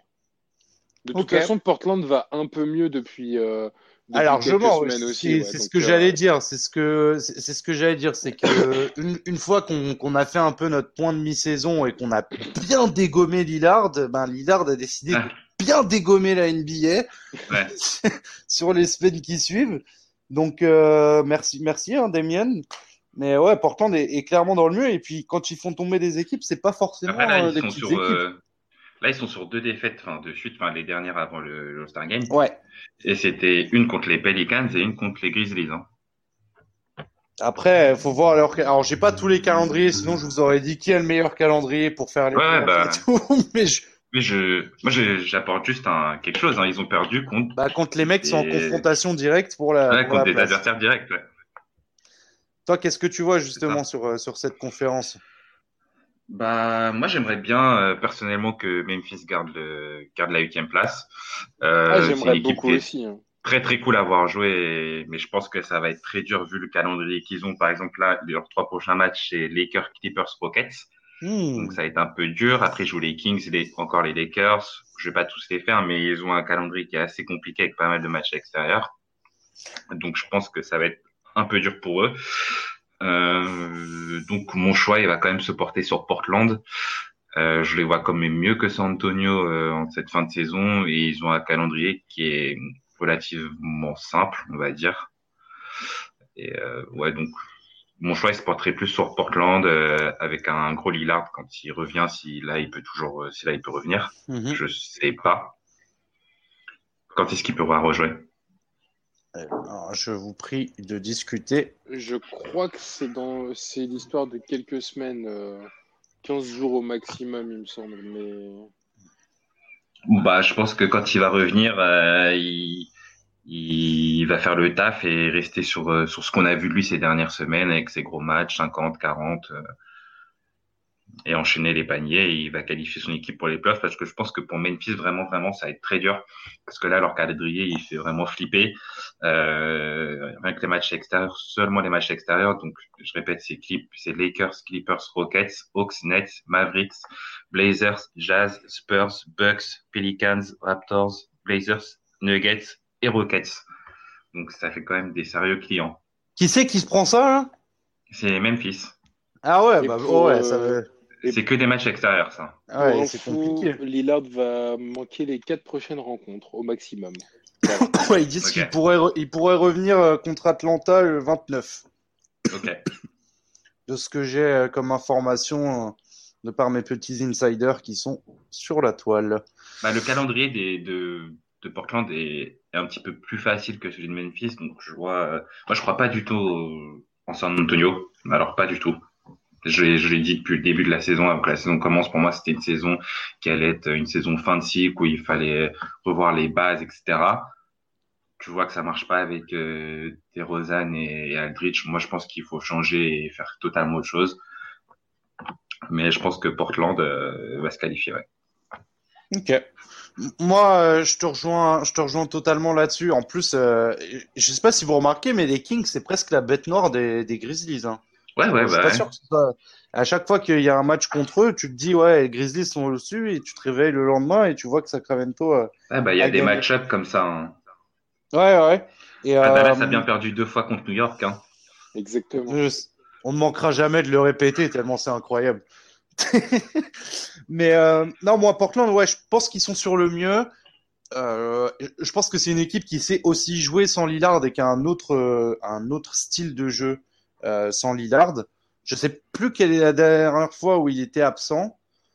De toute façon, Portland va un peu mieux depuis quelques semaines aussi.
C'est ce que j'allais dire. C'est ce que j'allais dire. C'est que une fois qu'on a fait un peu notre point de mi-saison et qu'on a bien dégommé Lillard, Lillard a décidé de bien dégommer la NBA sur les semaines qui suivent. Donc merci Damien. Mais ouais, Portland est clairement dans le mieux. Et puis quand ils font tomber des équipes, c'est pas forcément des petites équipes.
Là, ils sont sur 2 défaites de suite, les dernières avant le All-Star Game.
Ouais.
Et c'était une contre les Pelicans et une contre les Grizzlies.
Après, faut voir Alors, j'ai pas tous les calendriers, sinon je vous aurais dit qui a le meilleur calendrier pour faire les
et
tout. Mais
moi, j'apporte juste quelque chose. Ils ont perdu
contre les mecs qui sont en confrontation directe pour la
contre des adversaires directs. Ouais.
Toi, qu'est-ce que tu vois justement sur cette conférence?
Moi, j'aimerais bien personnellement que Memphis garde la 8e place.
J'aimerais beaucoup aussi.
Très très cool à voir jouer, mais je pense que ça va être très dur vu le calendrier qu'ils ont. Par exemple, là, leurs 3 prochains matchs, c'est Lakers, Clippers, Rockets. Donc ça va être un peu dur. Après, ils jouent les Kings, encore les Lakers. Je vais pas tous les faire, mais ils ont un calendrier qui est assez compliqué avec pas mal de matchs extérieurs. Donc je pense que ça va être un peu dur pour eux. Donc mon choix, il va quand même se porter sur Portland. Je les vois comme mieux que San Antonio en cette fin de saison et ils ont un calendrier qui est relativement simple, on va dire. Et donc mon choix il se porterait plus sur Portland avec un gros Lillard quand il revient, si là il peut revenir. Je sais pas quand est-ce qu'il pourra rejouer.
Alors, je vous prie de discuter.
Je crois que c'est l'histoire de quelques semaines, 15 jours au maximum, il me semble. Mais
je pense que quand il va revenir, il va faire le taf et rester sur ce qu'on a vu de lui ces dernières semaines avec ses gros matchs 50, 40 et enchaîner les paniers et il va qualifier son équipe pour les playoffs parce que je pense que pour Memphis vraiment ça va être très dur parce que là leur calendrier il fait vraiment flipper rien que les matchs extérieurs, seulement les matchs extérieurs. Donc je répète, c'est Lakers, Clippers, Rockets, Hawks, Nets, Mavericks, Blazers, Jazz, Spurs, Bucks, Pelicans, Raptors, Blazers, Nuggets et Rockets. Donc ça fait quand même des sérieux clients.
Qui c'est qui se prend ça là?
C'est Memphis.
Ah ouais, ça veut...
C'est que des matchs extérieurs, ça.
Ouais, c'est compliqué.
Lillard va manquer les 4 prochaines rencontres au maximum.
Ouais, ils disent qu'il pourrait revenir contre Atlanta le 29.
Ok.
De ce que j'ai comme information de par mes petits insiders qui sont sur la toile.
Le calendrier de Portland est un petit peu plus facile que celui de Memphis, donc je crois pas du tout en San Antonio. Alors pas du tout. Je l'ai dit depuis le début de la saison, avant que la saison commence. Pour moi, c'était une saison qui allait être une saison fin de cycle où il fallait revoir les bases, etc. Tu vois que ça marche pas avec DeRozan et Aldridge. Moi, je pense qu'il faut changer et faire totalement autre chose. Mais je pense que Portland va se qualifier. Ouais.
Ok. Moi, je te rejoins totalement là-dessus. En plus, je sais pas si vous remarquez, mais les Kings, c'est presque la bête noire des Grizzlies, hein.
Ouais, ouais,
Je suis
bah
pas
ouais.
sûr que ce soit. À chaque fois qu'il y a un match contre eux, tu te dis, ouais, les Grizzlies sont au-dessus, et tu te réveilles le lendemain et tu vois que Sacramento
Ouais, bah il y a
a
des
gagné.
match-ups comme ça. Hein.
Ouais, ouais. Et
Ah, Dallas a bien perdu 2 fois contre New York. Hein.
Exactement.
je- on ne manquera jamais de le répéter tellement c'est incroyable. Mais non, moi, Portland, ouais, je pense qu'ils sont sur le mieux. Je pense que c'est une équipe qui sait aussi jouer sans Lillard et qui a un autre style de jeu sans Lillard. Je sais plus quelle est la dernière fois où il était absent,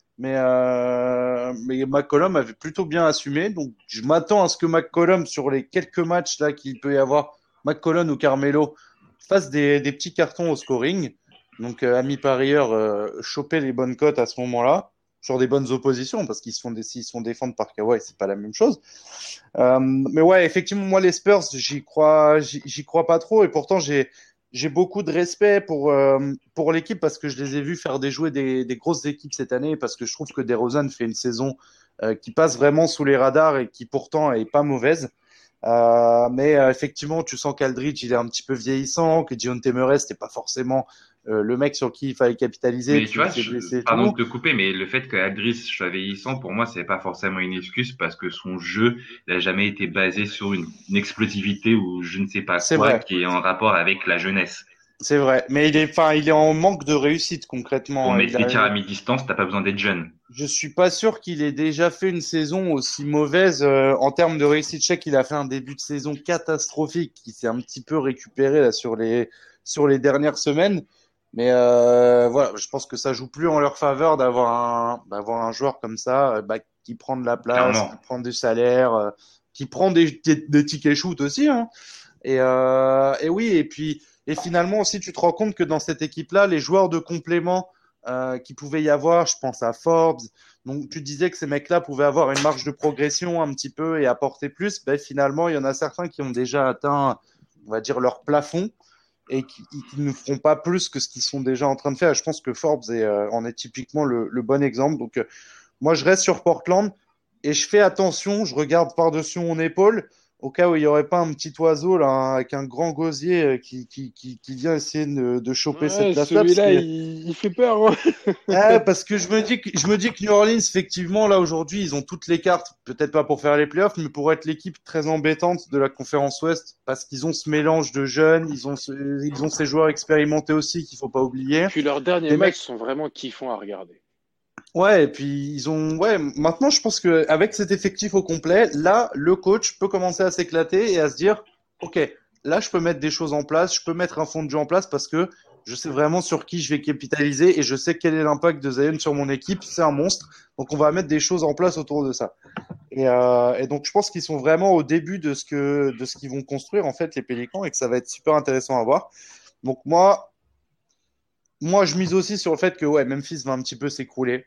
mais McCollum avait plutôt bien assumé. Donc je m'attends à ce que McCollum, sur les quelques matchs là qu'il peut y avoir, McCollum ou Carmelo, fasse des petits cartons au scoring. Donc amis parieurs, choper les bonnes cotes à ce moment-là sur des bonnes oppositions parce s'ils se font défendre par Kawhi, c'est pas la même chose. Mais ouais, effectivement, moi, les Spurs, j'y crois pas trop. Et pourtant, j'ai beaucoup de respect pour l'équipe parce que je les ai vus faire déjouer des grosses équipes cette année. Parce que je trouve que DeRozan fait une saison qui passe vraiment sous les radars et qui pourtant est pas mauvaise. Mais effectivement, tu sens qu'Aldridge, il est un petit peu vieillissant, que Dejounte Murray, c'était pas forcément le mec sur qui il fallait capitaliser,
Mais
puis
tu
il
vois,
s'est blessé et
pardon
tout.
de te couper, mais le fait que Aldridge soit vieillissant, pour moi, c'est pas forcément une excuse parce que son jeu n'a jamais été basé sur une explosivité ou je ne sais pas
C'est
quoi
vrai.
qui est en rapport avec la jeunesse.
C'est vrai, mais il est en manque de réussite
Pour
concrètement.
mettre des tirs à mi-distance, t'as pas besoin d'être jeune.
Je suis pas sûr qu'il ait déjà fait une saison aussi mauvaise en termes de réussite. Je sais qu'il a fait un début de saison catastrophique, qui s'est un petit peu récupéré là sur les dernières semaines. Mais voilà, je pense que ça joue plus en leur faveur d'avoir un joueur comme ça, qui prend de la place, qui
Clairement.
prend du salaire, qui prend des tickets shoot aussi, hein. Et oui, et finalement aussi, tu te rends compte que dans cette équipe-là, les joueurs de complément qui pouvait y avoir, je pense à Forbes. Donc, tu disais que ces mecs-là pouvaient avoir une marge de progression un petit peu et apporter plus. Ben, finalement, il y en a certains qui ont déjà atteint, on va dire, leur plafond et qui ne feront pas plus que ce qu'ils sont déjà en train de faire. Je pense que Forbes en est typiquement le bon exemple. Donc, moi, je reste sur Portland et je fais attention. Je regarde par-dessus mon épaule au cas où il n'y aurait pas un petit oiseau là, avec un grand gosier qui vient essayer de choper cette
Ouais,
place-là. Parce
celui-là,
que
il fait peur. Hein.
parce que je me dis que New Orleans, effectivement, là aujourd'hui, ils ont toutes les cartes, peut-être pas pour faire les playoffs, mais pour être l'équipe très embêtante de la conférence Ouest, parce qu'ils ont ce mélange de jeunes, ils ont ces joueurs expérimentés aussi qu'il faut pas
Et
oublier.
puis leurs derniers
Des
matchs
mecs,
sont vraiment kiffants à regarder.
ouais, et puis ouais. Maintenant, je pense que avec cet effectif au complet, là, le coach peut commencer à s'éclater et à se dire, ok, là, je peux mettre des choses en place, je peux mettre un fond de jeu en place parce que je sais vraiment sur qui je vais capitaliser et je sais quel est l'impact de Zion sur mon équipe. C'est un monstre, donc on va mettre des choses en place autour de ça. Et donc, je pense qu'ils sont vraiment au début de ce qu'ils vont construire en fait les Pélicans et que ça va être super intéressant à voir. Donc moi, je mise aussi sur le fait que ouais, Memphis va un petit peu s'écrouler.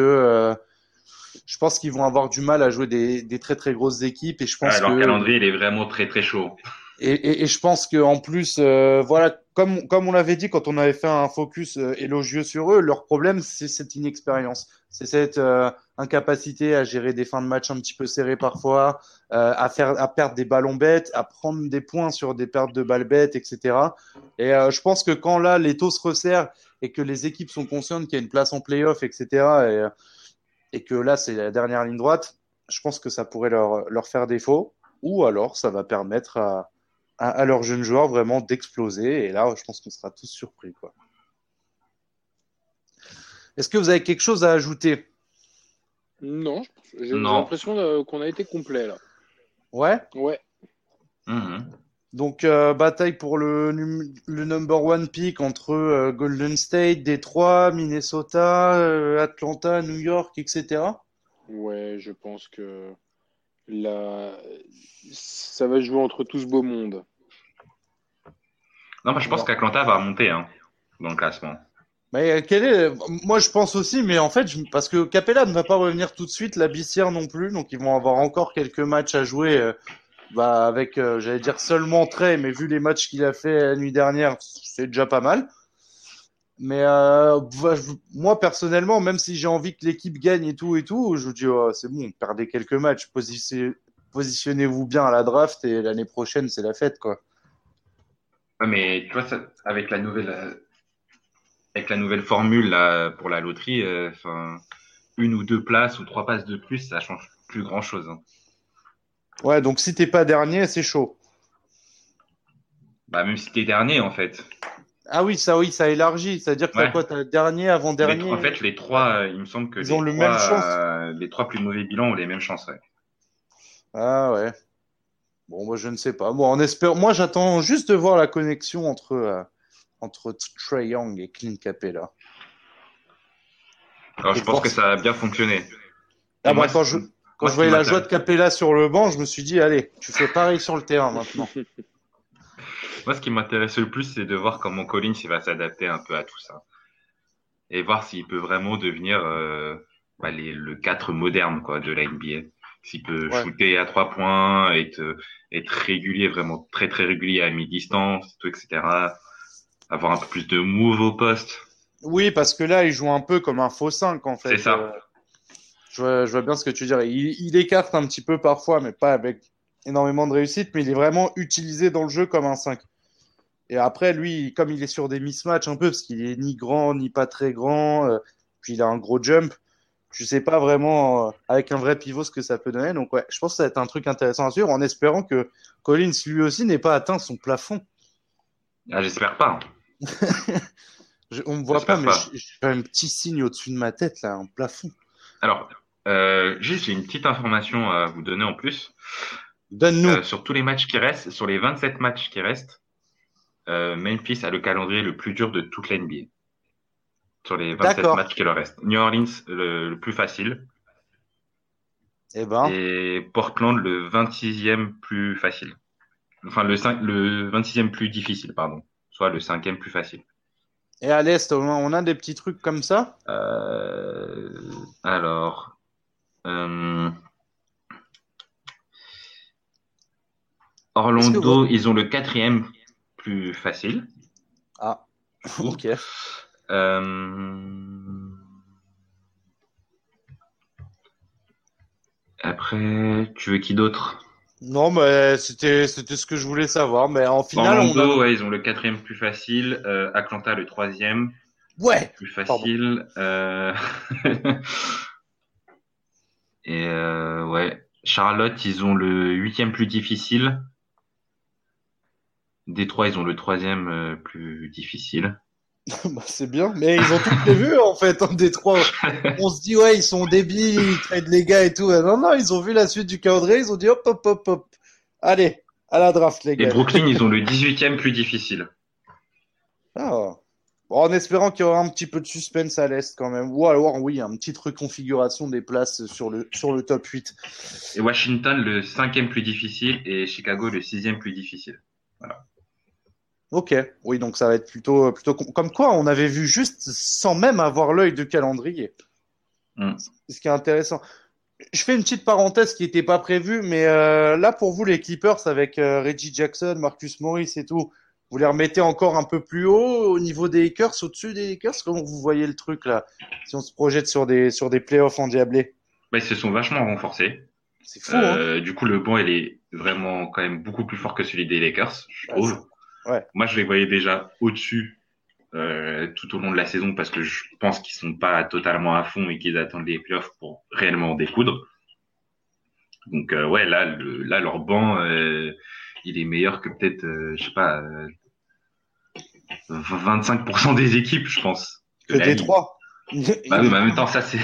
Je pense qu'ils vont avoir du mal à jouer des très très grosses équipes et je
Ouais,
pense
leur
que
calendrier, il est vraiment très très chaud.
et je pense que en plus voilà comme on l'avait dit quand on avait fait un focus élogieux sur eux, leur problème c'est cette inexpérience, c'est cette incapacité à gérer des fins de match un petit peu serrées parfois, à perdre des ballons bêtes, à prendre des points sur des pertes de balles bêtes, etc. Et je pense que quand là les taux se resserrent et que les équipes sont conscientes qu'il y a une place en playoff, etc. Et que là, c'est la dernière ligne droite, je pense que ça pourrait leur faire défaut. Ou alors, ça va permettre à leurs jeunes joueurs vraiment d'exploser. Et là, je pense qu'on sera tous surpris, quoi. Est-ce que vous avez quelque chose à ajouter?
Non, j'ai
Non.
l'impression qu'on a été complet là.
Ouais.
Ouais.
Mhm.
Donc, bataille pour le number one pick entre Golden State, Détroit, Minnesota, Atlanta, New York, etc.
Ouais, je pense que là, ça va jouer entre tout ce beau monde.
Non, je pense
Non.
qu'Atlanta va remonter dans le classement.
Mais moi je pense aussi, mais en fait, parce que Capella ne va pas revenir tout de suite, la Bissière non plus, donc ils vont avoir encore quelques matchs à jouer, avec, j'allais dire seulement Trey, mais vu les matchs qu'il a fait la nuit dernière, c'est déjà pas mal. Mais moi personnellement, même si j'ai envie que l'équipe gagne et tout, je vous dis oh, c'est bon, perdez quelques matchs, positionnez-vous bien à la draft et l'année prochaine c'est la fête quoi.
Ouais, mais tu vois, avec la nouvelle formule là, pour la loterie, une ou deux places ou trois places de plus, ça change plus grand-chose.
Ouais, donc si t'es pas dernier, c'est chaud.
Bah, même si t'es dernier, en fait.
Ah oui, ça élargit, c'est-à-dire que t'as
Ouais.
quoi, t'as dernier,
En
avant-dernier.
fait, les
Ouais.
trois, il me semble que
Ils ont le même chance.
les trois plus mauvais bilans ont les mêmes chances. Ouais.
Ah ouais. Bon, moi je ne sais pas. Moi, moi j'attends juste de voir la connexion entre Trae Young et Clint Capella.
Alors,
Et
je pense
voir
que
si-
ça a bien fonctionné. Et
Ah bah quand
moi,
je
ce qui
voyais la joie
m'intéresse,
de Capella sur le banc, je me suis dit allez, tu fais pareil sur le terrain maintenant.
moi, ce qui m'intéresse le plus, c'est de voir comment Collins il va s'adapter un peu à tout ça et voir s'il peut vraiment devenir le 4 moderne quoi de la NBA. S'il peut
Ouais.
shooter à 3 points, être régulier, vraiment très très régulier à mi-distance, tout, etc. Avoir un peu plus de move au poste.
Oui, parce que là, il joue un peu comme un faux 5 en
C'est
fait.
ça.
Je vois bien ce que tu veux dire. Il écarte un petit peu parfois, mais pas avec énormément de réussite, mais il est vraiment utilisé dans le jeu comme un 5. Et après, lui, comme il est sur des mismatchs un peu, parce qu'il est ni grand, ni pas très grand, puis il a un gros jump, je sais pas vraiment avec un vrai pivot ce que ça peut donner. Donc ouais, je pense que ça va être un truc intéressant à suivre en espérant que Collins lui aussi n'ait pas atteint son plafond.
Ah, j'espère pas.
On me voit pas,
J'espère
mais
pas.
j'ai un petit signe au-dessus de ma tête, là, un plafond.
Alors, juste j'ai une petite information à vous donner en plus.
Donne-nous.
Sur tous les matchs qui restent, sur les 27 matchs qui restent, Memphis a le calendrier le plus dur de toute l'NBA. Sur les 27
D'accord.
matchs qui leur restent. New Orleans, le plus facile.
Eh ben,
Et Portland, le 26e plus facile. Enfin, le 26e plus difficile, pardon. Soit le 5e plus facile.
et à l'Est, on a des petits trucs comme ça?
Alors, euh,
Est-ce que
Orlando, ils ont le 4e plus facile,
Ah,
du coup.
ok.
Euh, Après, tu veux qui d'autre?
Non, mais c'était ce que je voulais savoir. Mais en finale, on a.
Orlando, ouais, ils ont le 4e plus facile. Atlanta, le 3e
Ouais!
plus
Pardon.
facile. Et ouais, Charlotte, ils ont le 8e plus difficile. Détroit, ils ont le 3e plus difficile.
Bah, c'est bien. Mais ils ont tout prévu, en fait, en Détroit. On se dit, ouais, ils sont débiles, ils traitent les gars et tout. Non, non, ils ont vu la suite du calendrier, ils ont dit, hop, hop, hop, hop. Allez, à la draft, les
Et
gars.
Brooklyn, ils ont le 18e plus difficile.
Ah. Bon, en espérant qu'il y aura un petit peu de suspense à l'Est quand même. Ou alors, oui, une petite reconfiguration des places sur le top 8.
Et Washington, le 5e plus difficile. Et Chicago, le 6e plus difficile. Voilà.
Ok, oui, donc ça va être comme quoi on avait vu juste sans même avoir l'œil de calendrier.
Mm.
Ce qui est intéressant. Je fais une petite parenthèse qui n'était pas prévue, mais là pour vous les Clippers avec Reggie Jackson, Marcus Morris et tout, vous les remettez encore un peu plus haut au niveau des Lakers, au-dessus des Lakers? Comment vous voyez le truc là, si on se projette sur des playoffs endiablés?
Bah, ils se sont vachement renforcés.
C'est fou, hein?
Du coup, le banc, il est vraiment quand même beaucoup plus fort que celui des Lakers, je
Ouais,
trouve.
ouais.
Moi, je les voyais déjà au-dessus tout au long de la saison parce que je pense qu'ils sont pas totalement à fond et qu'ils attendent les playoffs pour réellement en découdre. Donc ouais, là leur banc, il est meilleur que peut-être, je sais pas, 25% des équipes, je pense, de
Que
la ligue.
Détroit.
Bah
Il
oui,
est
mais en même
plus.
temps, ça c'est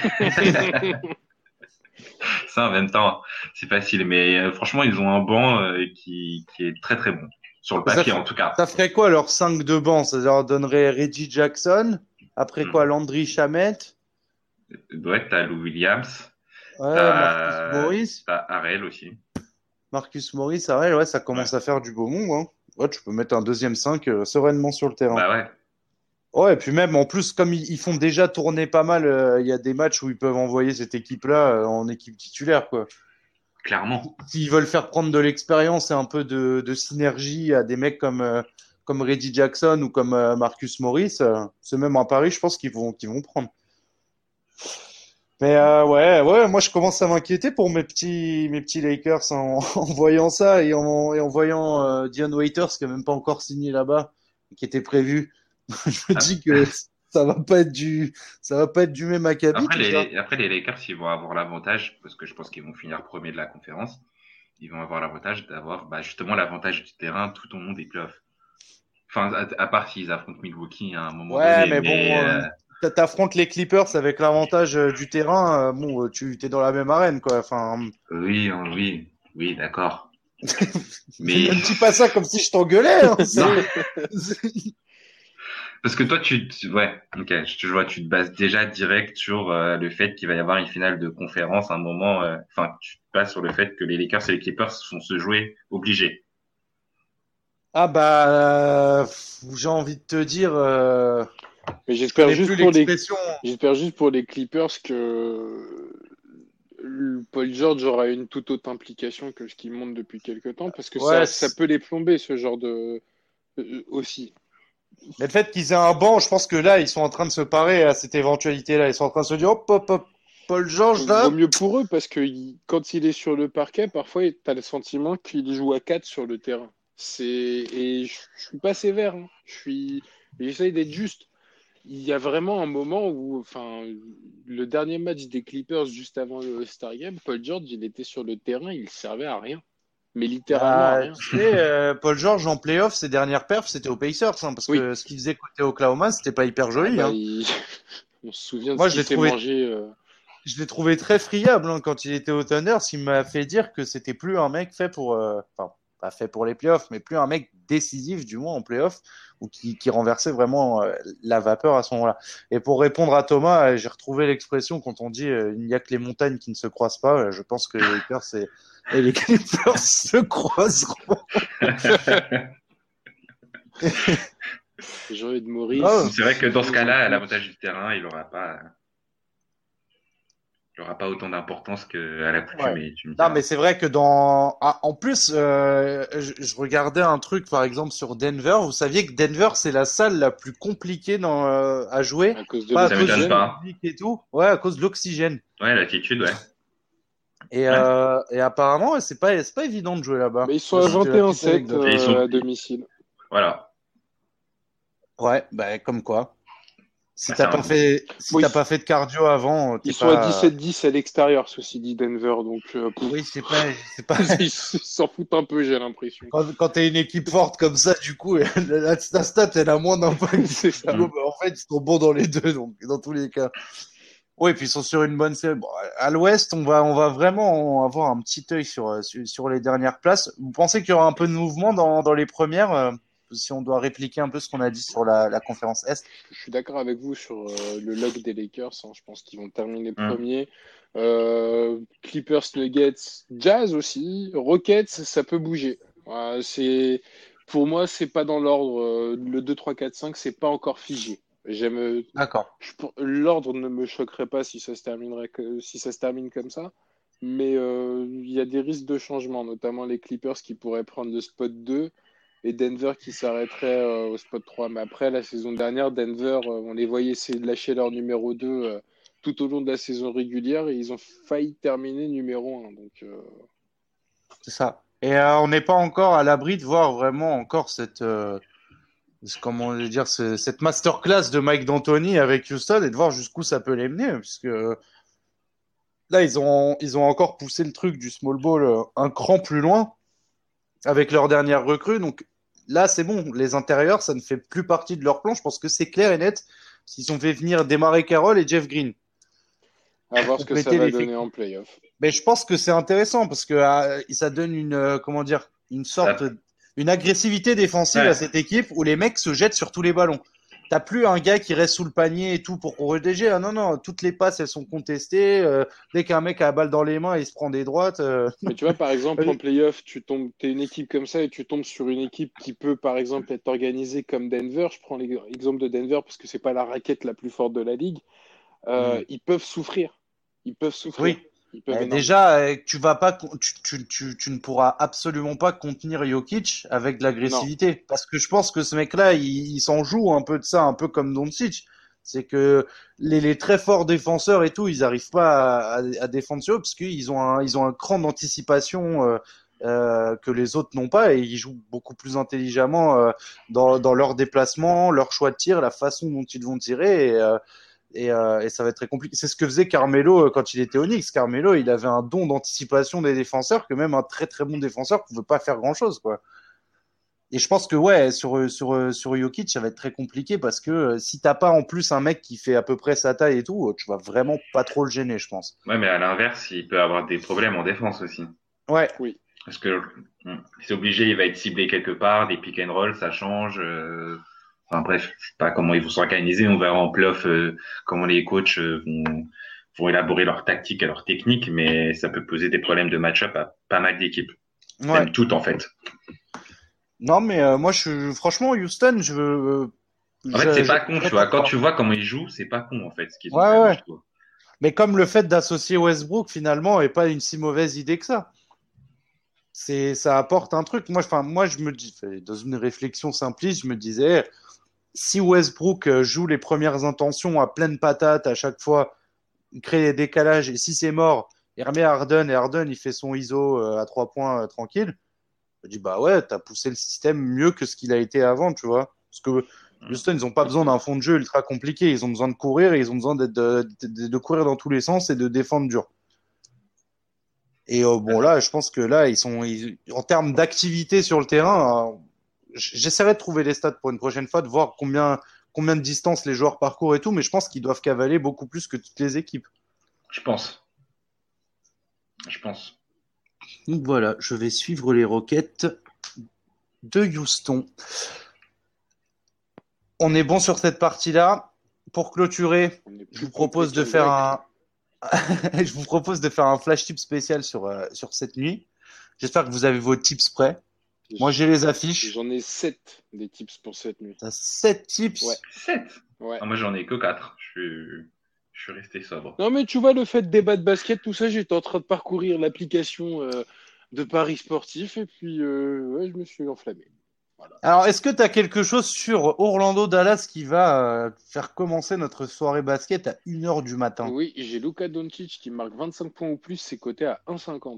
ça en même temps, c'est facile. Mais franchement, ils ont un banc qui est très très bon sur le
Ça,
papier en tout cas.
ça ferait quoi leur 5 de banc? Ça leur donnerait Reggie Jackson. Après quoi, Landry Shamet.
Ouais, t'as Lou Williams,
Ouais, Marcus Morris.
t'as Harrell aussi.
Marcus Morris, ouais, ça
Ouais.
commence à faire du beau monde. Hein. Ouais, tu peux mettre un deuxième 5 sereinement sur le terrain.
Bah ouais,
Ouais, et puis même, en plus, comme ils font déjà tourner pas mal, il y a des matchs où ils peuvent envoyer cette équipe-là en équipe titulaire, quoi.
clairement.
S'ils veulent faire prendre de l'expérience et un peu de synergie à des mecs comme Reggie Jackson ou comme Marcus Morris, c'est même un pari, je pense qu'ils vont prendre. Mais ouais, moi je commence à m'inquiéter pour mes petits Lakers en voyant ça et en voyant Dion Waiters qui a même pas encore signé là-bas, qui était prévu. Je me
Ap-
dis que ça va pas être du même acabit
Après
tout ça.
après, les Lakers, ils vont avoir l'avantage, parce que je pense qu'ils vont finir premier de la conférence, ils vont avoir l'avantage d'avoir bah, justement l'avantage du terrain tout au long des playoffs. Enfin, à part s'ils affrontent Milwaukee à un moment
Ouais,
donné,
mais
mais
bon, t'affrontes les Clippers avec l'avantage du terrain. Bon, tu t'es dans la même arène, quoi. Enfin,
oui, d'accord. Mais
ne dis pas ça comme si je t'engueulais. Hein.
non, parce que toi, ouais, ok, je vois, tu te bases déjà direct sur le fait qu'il va y avoir une finale de conférence à un moment. Enfin, tu te bases sur le fait que les Lakers et les Clippers vont se jouer obligés.
Ah bah, j'ai envie de te dire,
Mais
je connais plus l'expression.
j'espère juste pour les Clippers que Paul George aura une toute autre implication que ce qu'il montre depuis quelques temps, parce que
Ouais,
ça peut les plomber, ce genre de aussi.
mais le fait qu'ils aient un banc, je pense que là, ils sont en train de se parer à cette éventualité-là. Ils sont en train de se dire, hop, hop, hop, Paul George
Vaut
là.
mieux pour eux, parce que quand il est sur le parquet, parfois, tu as le sentiment qu'il joue à 4 sur le terrain. Et je suis pas sévère, hein. J'essaye d'être juste. Il y a vraiment un moment où, enfin, le dernier match des Clippers juste avant le Star Game, Paul George, il était sur le terrain, il servait à rien, mais littéralement à
Bah,
rien.
tu sais, Paul George en playoff, ses dernières perfs, c'était aux Pacers, hein, parce
Oui,
que ce qu'il faisait côté Oklahoma, c'était pas hyper
ah
joli,
bah,
hein.
on se souvient de
Moi,
ce
je
qu'il
l'ai
s'est
trouvé,
mangé.
je l'ai trouvé très friable hein, quand il était au Thunder, ce qui m'a fait dire que c'était plus un mec fait pour, enfin, pas fait pour les playoffs, mais plus un mec décisif du moins en playoffs ou qui renversait vraiment la vapeur à ce moment-là. Et pour répondre à Thomas, j'ai retrouvé l'expression quand on dit il n'y a que les montagnes qui ne se croisent pas. Je pense que les Lakers et les Clippers se croiseront.
Jean de
Ah,
Maurice,
C'est vrai que
si
dans
tu
ce
nous
cas-là,
écoutes.
l'avantage du terrain, il aura pas autant d'importance qu'à
ouais.
l'accoutumée, tu me
Non, mais
diras.
c'est vrai que en plus, je regardais un truc, par exemple, sur Denver. Vous saviez que Denver, c'est la salle la plus compliquée à jouer.
À cause de
Pas à
Ça
cause
m'étonne
du
l'oxygène.
pas.
public et tout. Ouais, à cause de l'oxygène.
Ouais, l'attitude, ouais.
Et,
Ouais.
euh, et apparemment, ouais, c'est pas évident de jouer
Mais
là-bas.
ils sont
Ça,
à
c'était la petite
21-7
anecdote.
Et
à domicile.
voilà.
Ouais, bah, comme quoi. Si
Bah,
t'as pas fait, si
Bon,
t'as pas fait de cardio avant,
ils
t'es
sont à
pas.
17-10 à l'extérieur, ceci dit, Denver. Donc,
Oui, c'est pas.
ils s'en foutent un peu, j'ai l'impression.
Quand t'es une équipe forte comme ça, du coup, la stat, elle a moins d'impact.
C'est ça.
Bah, en fait, ils sont bons dans les deux, donc dans tous les cas. Oui, et puis ils sont sur une bonne série. Bon, à l'Ouest, on va vraiment avoir un petit œil sur les dernières places. Vous pensez qu'il y aura un peu de mouvement dans les premières, si on doit répliquer un peu ce qu'on a dit sur la conférence Est?
Je suis d'accord avec vous sur le log des Lakers, hein. Je pense qu'ils vont terminer
Hum.
premiers. Clippers, Nuggets, Jazz aussi. Rockets, ça peut bouger. Pour moi, c'est pas dans l'ordre. Le 2, 3, 4, 5, c'est pas encore figé.
D'accord.
L'ordre ne me choquerait pas si si ça se termine comme ça. Mais il y a des risques de changement, notamment les Clippers qui pourraient prendre le spot 2 et Denver qui s'arrêterait au spot 3. Mais après, la saison dernière, Denver, on les voyait lâcher leur numéro 2 tout au long de la saison régulière et ils ont failli terminer numéro 1. Donc,
C'est ça. Et on n'est pas encore à l'abri de voir vraiment encore comment on va dire, cette masterclass de Mike D'Antoni avec Houston et de voir jusqu'où ça peut les mener, puisque là, ils ont encore poussé le truc du small ball un cran plus loin avec leur dernière recrue. Donc là, c'est bon. Les intérieurs, ça ne fait plus partie de leur plan. Je pense que c'est clair et net. S'ils ont fait venir Desmarais Carroll et Jeff Green.
à voir ce que ça
Compléter
va
l'effectif.
donner en playoff.
Mais je pense que c'est intéressant parce que ça donne comment dire, une sorte,
Ça-
une agressivité défensive
Ouais.
à cette équipe où les mecs se jettent sur tous les ballons. t'as plus un gars qui reste sous le panier et tout pour protéger. Ah non, toutes les passes, elles sont contestées. Dès qu'un mec a la balle dans les mains, il se prend des droites.
Mais tu vois, par exemple, en playoff, t'es une équipe comme ça et tu tombes sur une équipe qui peut, par exemple, être organisée comme Denver. Je prends l'exemple de Denver parce que c'est pas la raquette la plus forte de la ligue. Ils peuvent souffrir. Ils peuvent souffrir.
Oui.
Ils peuvent énormément.
Déjà, tu vas pas, tu ne pourras absolument pas contenir Jokic avec de l'agressivité. Parce que je pense que ce mec-là, il s'en joue un peu de ça, un peu comme Doncic. C'est que les très forts défenseurs et tout, ils arrivent pas à défendre sur eux parce qu'ils ont un cran d'anticipation que les autres n'ont pas et ils jouent beaucoup plus intelligemment dans leur déplacement, leur choix de tir, la façon dont ils vont tirer. Et ça va être très compliqué. C'est ce que faisait Carmelo quand il était au Knicks. Carmelo, il avait un don d'anticipation des défenseurs que même un très très bon défenseur pouvait pas faire grand chose, quoi. Et je pense que ouais, sur Jokic, ça va être très compliqué parce que si t'as pas en plus un mec qui fait à peu près sa taille et tout, tu vas vraiment pas trop le gêner, je pense.
Ouais, mais à l'inverse, il peut avoir des problèmes en défense aussi.
Ouais.
Oui.
Parce que c'est obligé, il va être ciblé quelque part, des pick and roll, ça change. Enfin bref, je sais pas comment ils vont s'organiser. On verra en playoff comment les coachs vont élaborer leur tactique et leur technique, mais ça peut poser des problèmes de match-up à pas mal d'équipes, même toutes en fait.
Non, mais moi, franchement, Houston,
En fait, c'est pas con, tu vois. Quand tu vois comment ils jouent, c'est pas con en fait ce qu'ils ont
fait.
Je trouve.
Mais comme le fait d'associer Westbrook finalement est pas une si mauvaise idée que ça. Ça apporte un truc. Moi, je me dis, dans une réflexion simpliste, je me disais, si Westbrook joue les premières intentions à pleine patate à chaque fois, il crée des décalages, et si c'est mort, il remet Harden, et Harden, il fait son ISO à 3 points tranquille, je dis, bah ouais, t'as poussé le système mieux que ce qu'il a été avant, tu vois. Parce que Houston, ils ont pas besoin d'un fond de jeu ultra compliqué, ils ont besoin de courir, et ils ont besoin de courir dans tous les sens et de défendre dur. Et bon, là, je pense que là, en termes d'activité sur le terrain, j'essaierai de trouver les stats pour une prochaine fois, de voir combien de distance les joueurs parcourent et tout, mais je pense qu'ils doivent cavaler beaucoup plus que toutes les équipes.
Je pense.
Donc voilà, je vais suivre les Rockets de Houston. On est bon sur cette partie-là. Pour clôturer, je vous propose de faire un flash tip spécial sur cette nuit. J'espère que vous avez vos tips prêts. Moi, j'ai les affiches.
J'en ai 7 des tips pour cette nuit.
T'as 7 tips?
Ouais.
7?
Ouais.
Ah, moi, j'en ai que 4. Je suis resté sobre.
Non, mais tu vois, le fait de débat de basket, tout ça, j'étais en train de parcourir l'application de Paris Sportif et puis ouais, je me suis enflammé. Voilà.
Alors, est-ce que tu as quelque chose sur Orlando-Dallas qui va faire commencer notre soirée basket à 1h du matin?
Oui, j'ai Luka Doncic qui marque 25 points ou plus, c'est coté à 1,50.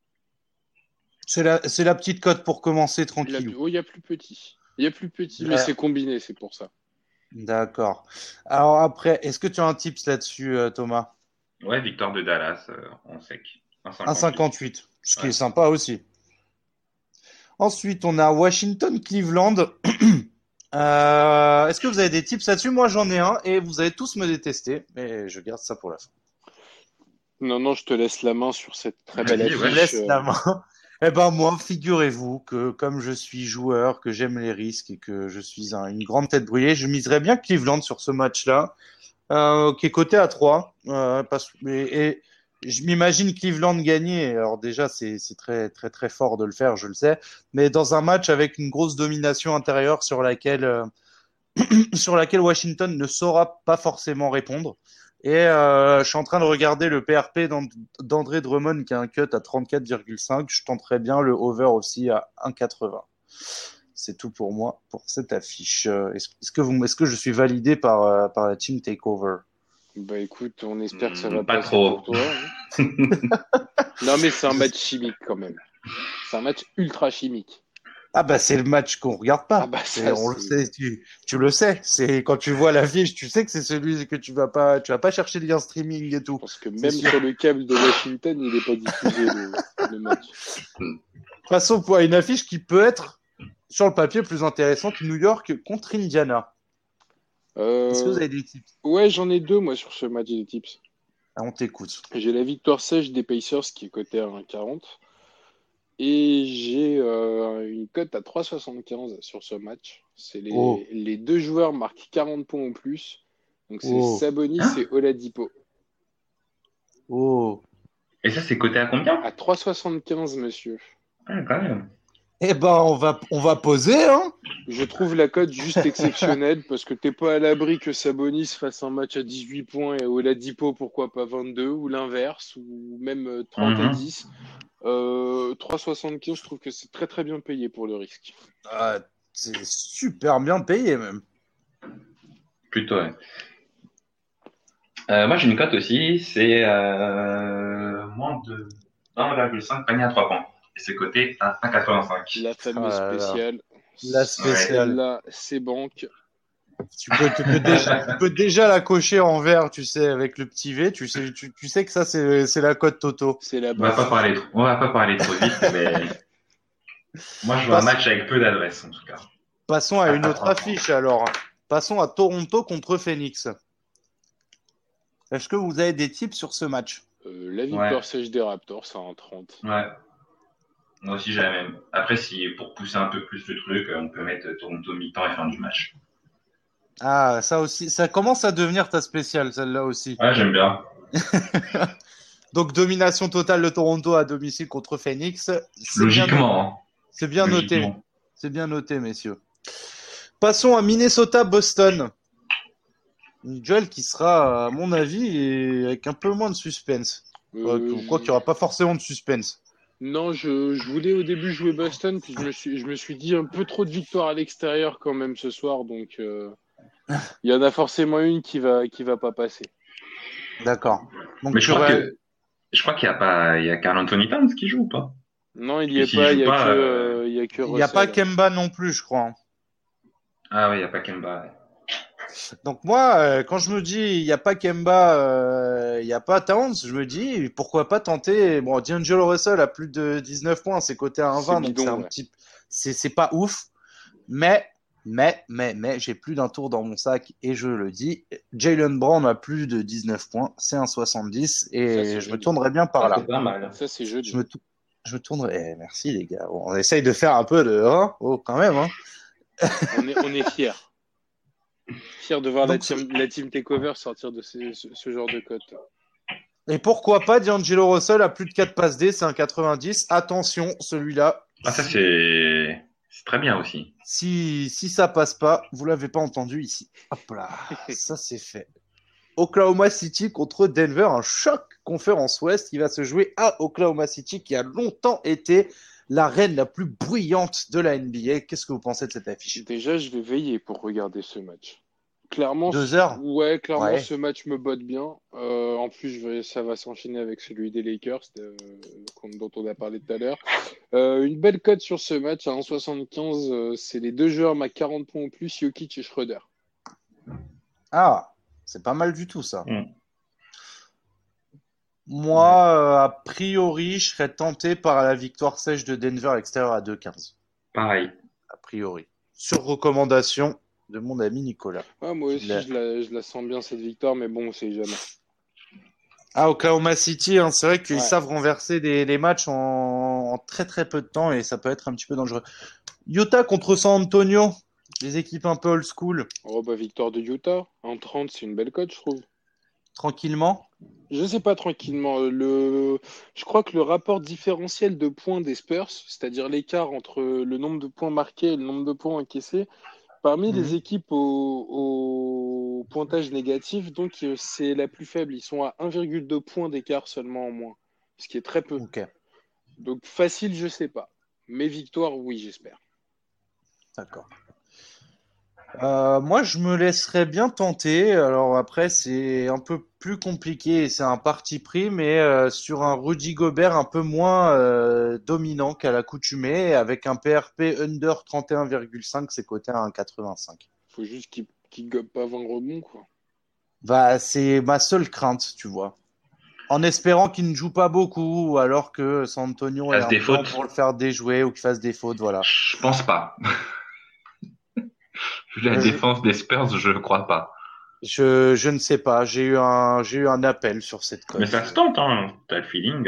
C'est la petite cote pour commencer tranquille.
Il y a plus petit. Mais c'est combiné, c'est pour ça.
D'accord. Alors après, est-ce que tu as un tips là-dessus, Thomas?
Ouais, victoire de Dallas en sec.
1,58. Ce qui est sympa aussi. Ensuite, on a Washington-Cleveland. Est-ce que vous avez des tips là-dessus? Moi, j'en ai un et vous allez tous me détester, mais je garde ça pour la fin.
Non, je te laisse la main sur cette très belle affiche.
Je laisse la main. Eh ben moi, figurez-vous que comme je suis joueur, que j'aime les risques et que je suis une grande tête brûlée, je miserais bien Cleveland sur ce match-là, qui est coté à 3. Et je m'imagine Cleveland gagner. Alors déjà, c'est très très très fort de le faire, je le sais, mais dans un match avec une grosse domination intérieure sur laquelle Washington ne saura pas forcément répondre. Et je suis en train de regarder le PRP d'André Drummond qui a un cut à 34,5. Je tenterai bien le over aussi à 1,80. C'est tout pour moi pour cette affiche. Est-ce que je suis validé par la team Takeover?
Bah écoute, on espère que ça va
pas
passer
trop
pour toi. Hein. Non mais c'est un match chimique quand même. C'est un match ultra chimique.
Ah bah c'est le match qu'on regarde pas.
Ah bah
on le sait, tu le sais. C'est quand tu vois l'affiche, tu sais que c'est celui que tu vas pas chercher le lien streaming et tout.
Parce que même sur le câble de Washington, il n'est pas diffusé le match.
De toute façon, pour une affiche qui peut être sur le papier plus intéressante, New York contre Indiana. Est-ce que vous avez des tips?
Ouais, j'en ai 2 moi sur ce match des tips.
Ah, on t'écoute.
J'ai la victoire sèche des Pacers qui est cotée à 1,40. Et j'ai une cote à 3,75 sur ce match. C'est
Oh.
les deux joueurs marquent 40 points ou plus. Donc c'est
Oh.
Sabonis
Hein
et Oladipo.
Oh.
Et ça, c'est coté à combien?
À 3,75, monsieur.
Ah, quand même.
Eh ben, on va poser, hein.
Je trouve la cote juste exceptionnelle parce que t'es pas à l'abri que Sabonis fasse un match à 18 points et Oladipo, pourquoi pas 22 ou l'inverse ou même 30 et 10. 3,75, je trouve que c'est très très bien payé pour le risque.
Ah, c'est super bien payé, même.
Plutôt, ouais. Moi, j'ai une cote aussi, c'est moins de 1,5 panier à 3 points. Et c'est coté à 1,85.
La
Oh
fameuse
là là.
spéciale.
La spéciale.
Celle-là, c'est banque.
Tu peux déjà la cocher en vert, tu sais, avec le petit V. Tu sais que ça, c'est la cote Toto.
C'est la
On va
base.
on va pas parler trop vite, mais moi, je vois un match avec peu d'adresse, en tout cas.
Passons à une autre affiche, alors. Passons à Toronto contre Phoenix. Est-ce que vous avez des tips sur ce match?
La victoire sèche des Raptors, c'est un 30.
Ouais. Moi aussi, j'ai la même. Après, si pour pousser un peu plus le truc, on peut mettre Toronto mi-temps et fin du match.
Ah, ça aussi, ça commence à devenir ta spéciale, celle-là aussi.
Ouais, j'aime bien.
Donc, domination totale de Toronto à domicile contre Phoenix.
Logiquement.
C'est bien noté. C'est bien noté, messieurs. Passons à Minnesota-Boston. Une duel qui sera, à mon avis, avec un peu moins de suspense. Quoi qu'il n'y aura pas forcément de suspense.
Non, je voulais au début jouer Boston, puis je me suis dit un peu trop de victoires à l'extérieur quand même ce soir, donc il y en a forcément une qui va pas passer.
D'accord. Donc,
mais je crois qu'il y a Karl Anthony Towns qui joue ou pas?
Non, il y est pas. Il y a que
il n'y a pas Kemba non plus, je crois.
Ah oui, il n'y a pas Kemba. Ouais.
Donc moi, quand je me dis il n'y a pas Kemba, il n'y a pas Towns, je me dis pourquoi pas tenter. Bon, D'Angelo Russell a plus de 19 points, c'est coté à 1,20, donc c'est un petit, c'est pas ouf. Mais j'ai plus d'un tour dans mon sac et je le dis, Jaylen Brown a plus de 19 points, c'est 1,70 et
ça,
je me tournerai bien par là.
C'est pas mal.
Ça c'est joli.
Je me tournerai. Merci les gars. Bon, on essaye de faire un peu de, quand même. Hein.
On est fiers. Fier de voir la team Takeover sortir de ce genre de cote.
Et pourquoi pas D'Angelo Russell a plus de 4 passes D, c'est un 90. Attention, celui-là.
Ah, ça, c'est très bien aussi.
Si ça passe pas, vous l'avez pas entendu ici. Hop là, ça c'est fait. Oklahoma City contre Denver, un choc conférence Ouest qui va se jouer à Oklahoma City qui a longtemps été la reine la plus bruyante de la NBA. Qu'est-ce que vous pensez de cette affiche?
Déjà, je vais veiller pour regarder ce match. Clairement,
2 heures.
Ouais, clairement, ce match me botte bien. En plus, ça va s'enchaîner avec celui des Lakers, dont on a parlé tout à l'heure. Une belle cote sur ce match à 1,75. C'est les deux joueurs à 40 points ou plus, Jokic et Schroeder.
Ah, c'est pas mal du tout ça. Moi, a priori, je serais tenté par la victoire sèche de Denver extérieur à 2,15.
Pareil.
A priori. Sur recommandation de mon ami Nicolas.
Ouais, moi aussi, je la sens bien cette victoire, mais bon, on sait jamais.
Ah, Oklahoma City, hein, c'est vrai qu'ils savent renverser les matchs en très très peu de temps et ça peut être un petit peu dangereux. Utah contre San Antonio, les équipes un peu old school.
Oh, bah, victoire de Utah. En 30, c'est une belle cote, je trouve.
Tranquillement?
Je sais pas tranquillement. Je crois que le rapport différentiel de points des Spurs, c'est-à-dire l'écart entre le nombre de points marqués et le nombre de points encaissés, parmi les équipes au pointage négatif, donc c'est la plus faible. Ils sont à 1,2 points d'écart seulement en moins, ce qui est très peu.
Okay.
Donc facile, je sais pas. Mais victoire, oui, j'espère.
D'accord. Moi, je me laisserais bien tenter. Alors après, c'est un peu plus compliqué. C'est un parti pris, mais sur un Rudy Gobert un peu moins dominant qu'à l'accoutumée, avec un PRP under 31,5, c'est coté à 1,85.
Faut juste qu'il gobe pas 20 rebonds, quoi.
Bah, c'est ma seule crainte, tu vois. En espérant qu'il ne joue pas beaucoup, ou alors que San Antonio ait un temps pour le faire déjouer ou qu'il fasse des fautes, voilà.
Je pense pas. La défense des Spurs, je ne crois pas.
Je ne sais pas. J'ai eu un appel sur cette cote.
Mais ça se tente, hein. T'as le feeling.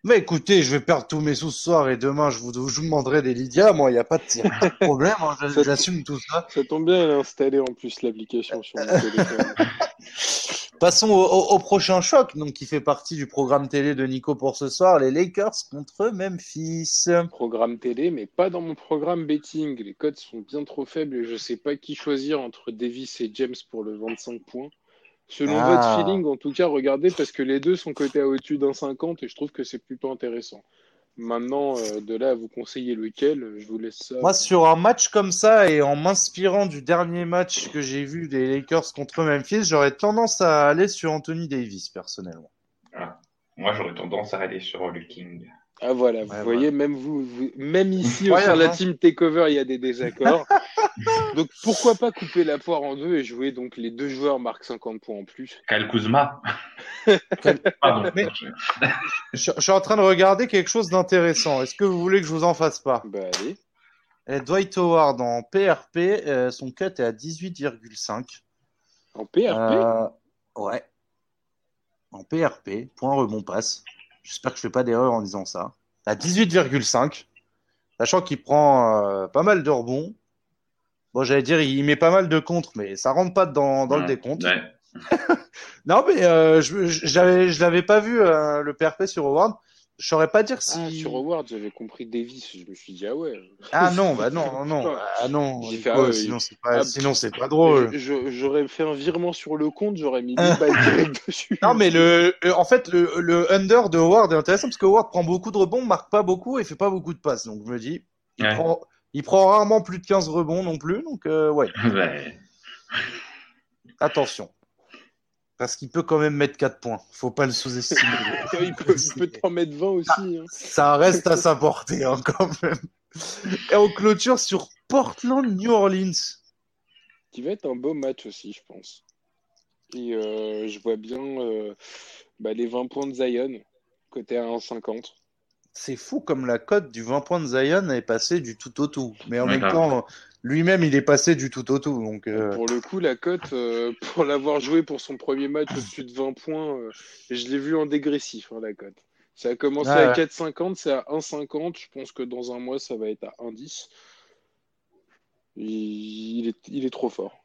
Mais écoutez, je vais perdre tous mes sous ce soir et demain, je vous demanderai des Lydia. Moi, il n'y a pas de problème. Hein, j'assume tout ça.
Ça tombe bien, elle a installé en plus l'application sur mon téléphone.
Passons au prochain choc, donc qui fait partie du programme télé de Nico pour ce soir, les Lakers contre Memphis.
Programme télé, mais pas dans mon programme betting. Les cotes sont bien trop faibles et je sais pas qui choisir entre Davis et James pour le 25 points. Selon votre feeling, en tout cas, regardez parce que les deux sont cotés à au-dessus d'un 50 et je trouve que c'est plutôt intéressant. Maintenant, de là à vous conseiller lequel, je vous laisse ça.
Moi, sur un match comme ça et en m'inspirant du dernier match que j'ai vu des Lakers contre Memphis, j'aurais tendance à aller sur Anthony Davis, personnellement.
Ah. Moi, j'aurais tendance à aller sur le King.
Ah voilà, vous voyez, même même ici, sur la team Takeover, il y a des désaccords. Donc pourquoi pas couper la poire en deux et jouer donc les deux joueurs marquent 50 points en plus.
Kyle Kuzma.
Pardon. Mais, je suis en train de regarder quelque chose d'intéressant. Est-ce que vous voulez que je vous en fasse pas?
Bah allez.
Et Dwight Howard en PRP, son cut est à 18,5.
En PRP?
Ouais. En PRP, point rebond passe. J'espère que je fais pas d'erreur en disant ça. À 18,5. Sachant qu'il prend pas mal de rebonds. Bon, j'allais dire, il met pas mal de contre, mais ça rentre pas dans le décompte.
Ouais.
Non, mais je l'avais pas vu, le PRP sur Howard. Je saurais pas dire si...
Ah, sur Howard, j'avais compris Davis. Je me suis dit, ah ouais.
Ah non, bah non. Ah non. Sinon, c'est pas drôle.
J'aurais fait un virement sur le compte, j'aurais mis 10 balles direct dessus.
Non, mais en fait, le under de Howard est intéressant parce que Howard prend beaucoup de rebonds, marque pas beaucoup et fait pas beaucoup de passes. Donc, je me dis, il prend rarement plus de 15 rebonds non plus. Donc, ouais. Attention. Parce qu'il peut quand même mettre 4 points. Faut pas le sous-estimer.
il peut t'en mettre 20 aussi. Hein.
Ça reste à sa portée, hein, quand même. Et on clôture sur Portland-New Orleans.
Qui va être un beau match aussi, je pense. Et je vois bien les 20 points de Zion, côté à 1,50.
C'est fou comme la cote du 20 points de Zion est passée du tout au tout. Mais en même temps, lui-même, il est passé du tout au tout. Donc,
Pour le coup, la cote, pour l'avoir joué pour son premier match au-dessus de 20 points, je l'ai vu en dégressif, la cote. Ça a commencé à 4,50, c'est à 1,50. Je pense que dans un mois, ça va être à 1,10. Il est trop fort.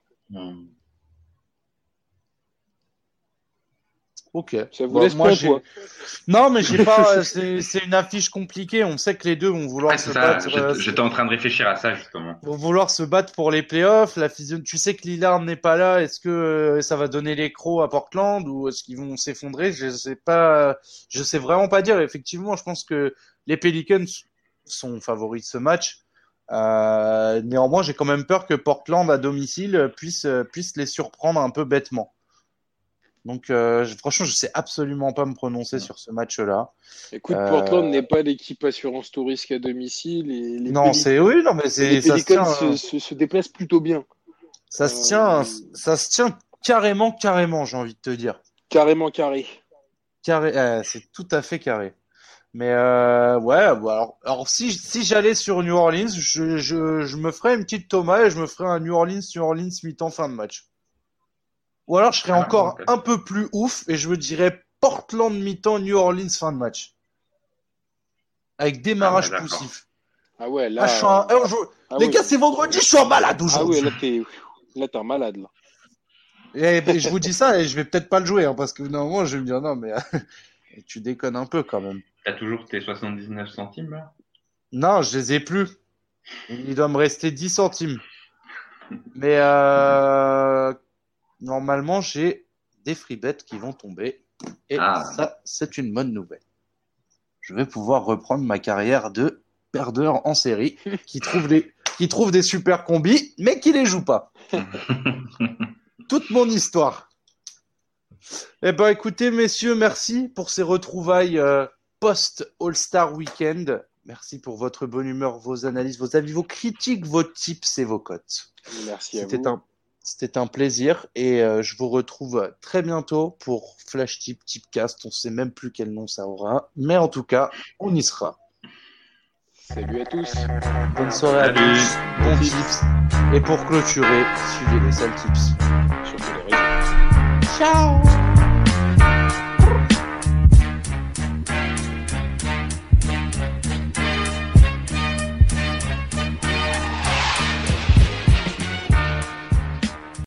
Ok.
Ça vous laisse pas, toi?
Non, mais j'ai pas. C'est une affiche compliquée. On sait que les deux vont vouloir se battre.
J'étais en train de réfléchir à ça justement.
Vont vouloir se battre pour les playoffs. Tu sais que Lillard n'est pas là. Est-ce que ça va donner les crocs à Portland ou est-ce qu'ils vont s'effondrer? Je sais pas. Je sais vraiment pas dire. Effectivement, je pense que les Pelicans sont favoris de ce match. Néanmoins, j'ai quand même peur que Portland à domicile puisse les surprendre un peu bêtement. Donc, franchement, je sais absolument pas me prononcer sur ce match-là.
Écoute, Portland n'est pas l'équipe assurance tout risque à domicile. Et les
Pelicans
se déplacent plutôt bien.
Ça se tient carrément, j'ai envie de te dire.
Carrément carré.
C'est tout à fait carré. Mais alors si j'allais sur New Orleans, je me ferais une petite Thomas et je me ferais un New Orleans mi-temps fin de match. Ou alors, je serais encore un peu plus ouf et je me dirais Portland mi-temps, New Orleans fin de match. Avec démarrage poussif.
Ah ouais, là.
Les gars, c'est vendredi, je suis en malade aujourd'hui.
Ah ouais, là, t'es un malade, là.
Et je vous dis ça et je vais peut-être pas le jouer, hein, parce que normalement, je vais me dire non, mais tu déconnes un peu quand même.
T'as toujours tes 79 centimes, là?
Non, je les ai plus. Il doit me rester 10 centimes. Mais normalement, j'ai des free bets qui vont tomber. Et ça, c'est une bonne nouvelle. Je vais pouvoir reprendre ma carrière de perdeur en série qui trouve des super combis, mais qui les joue pas. Toute mon histoire. Eh ben, écoutez, messieurs, merci pour ces retrouvailles post-All-Star Weekend. Merci pour votre bonne humeur, vos analyses, vos avis, vos critiques, vos tips et vos cotes.
Merci à vous.
C'était un plaisir et je vous retrouve très bientôt pour Flash Tip, Tipcast. On ne sait même plus quel nom ça aura, mais en tout cas, on y sera.
Salut à tous.
Bonne soirée à tous. Bon tips. Et pour clôturer, suivez les sales tips.
Sur tous les réseaux.
Ciao.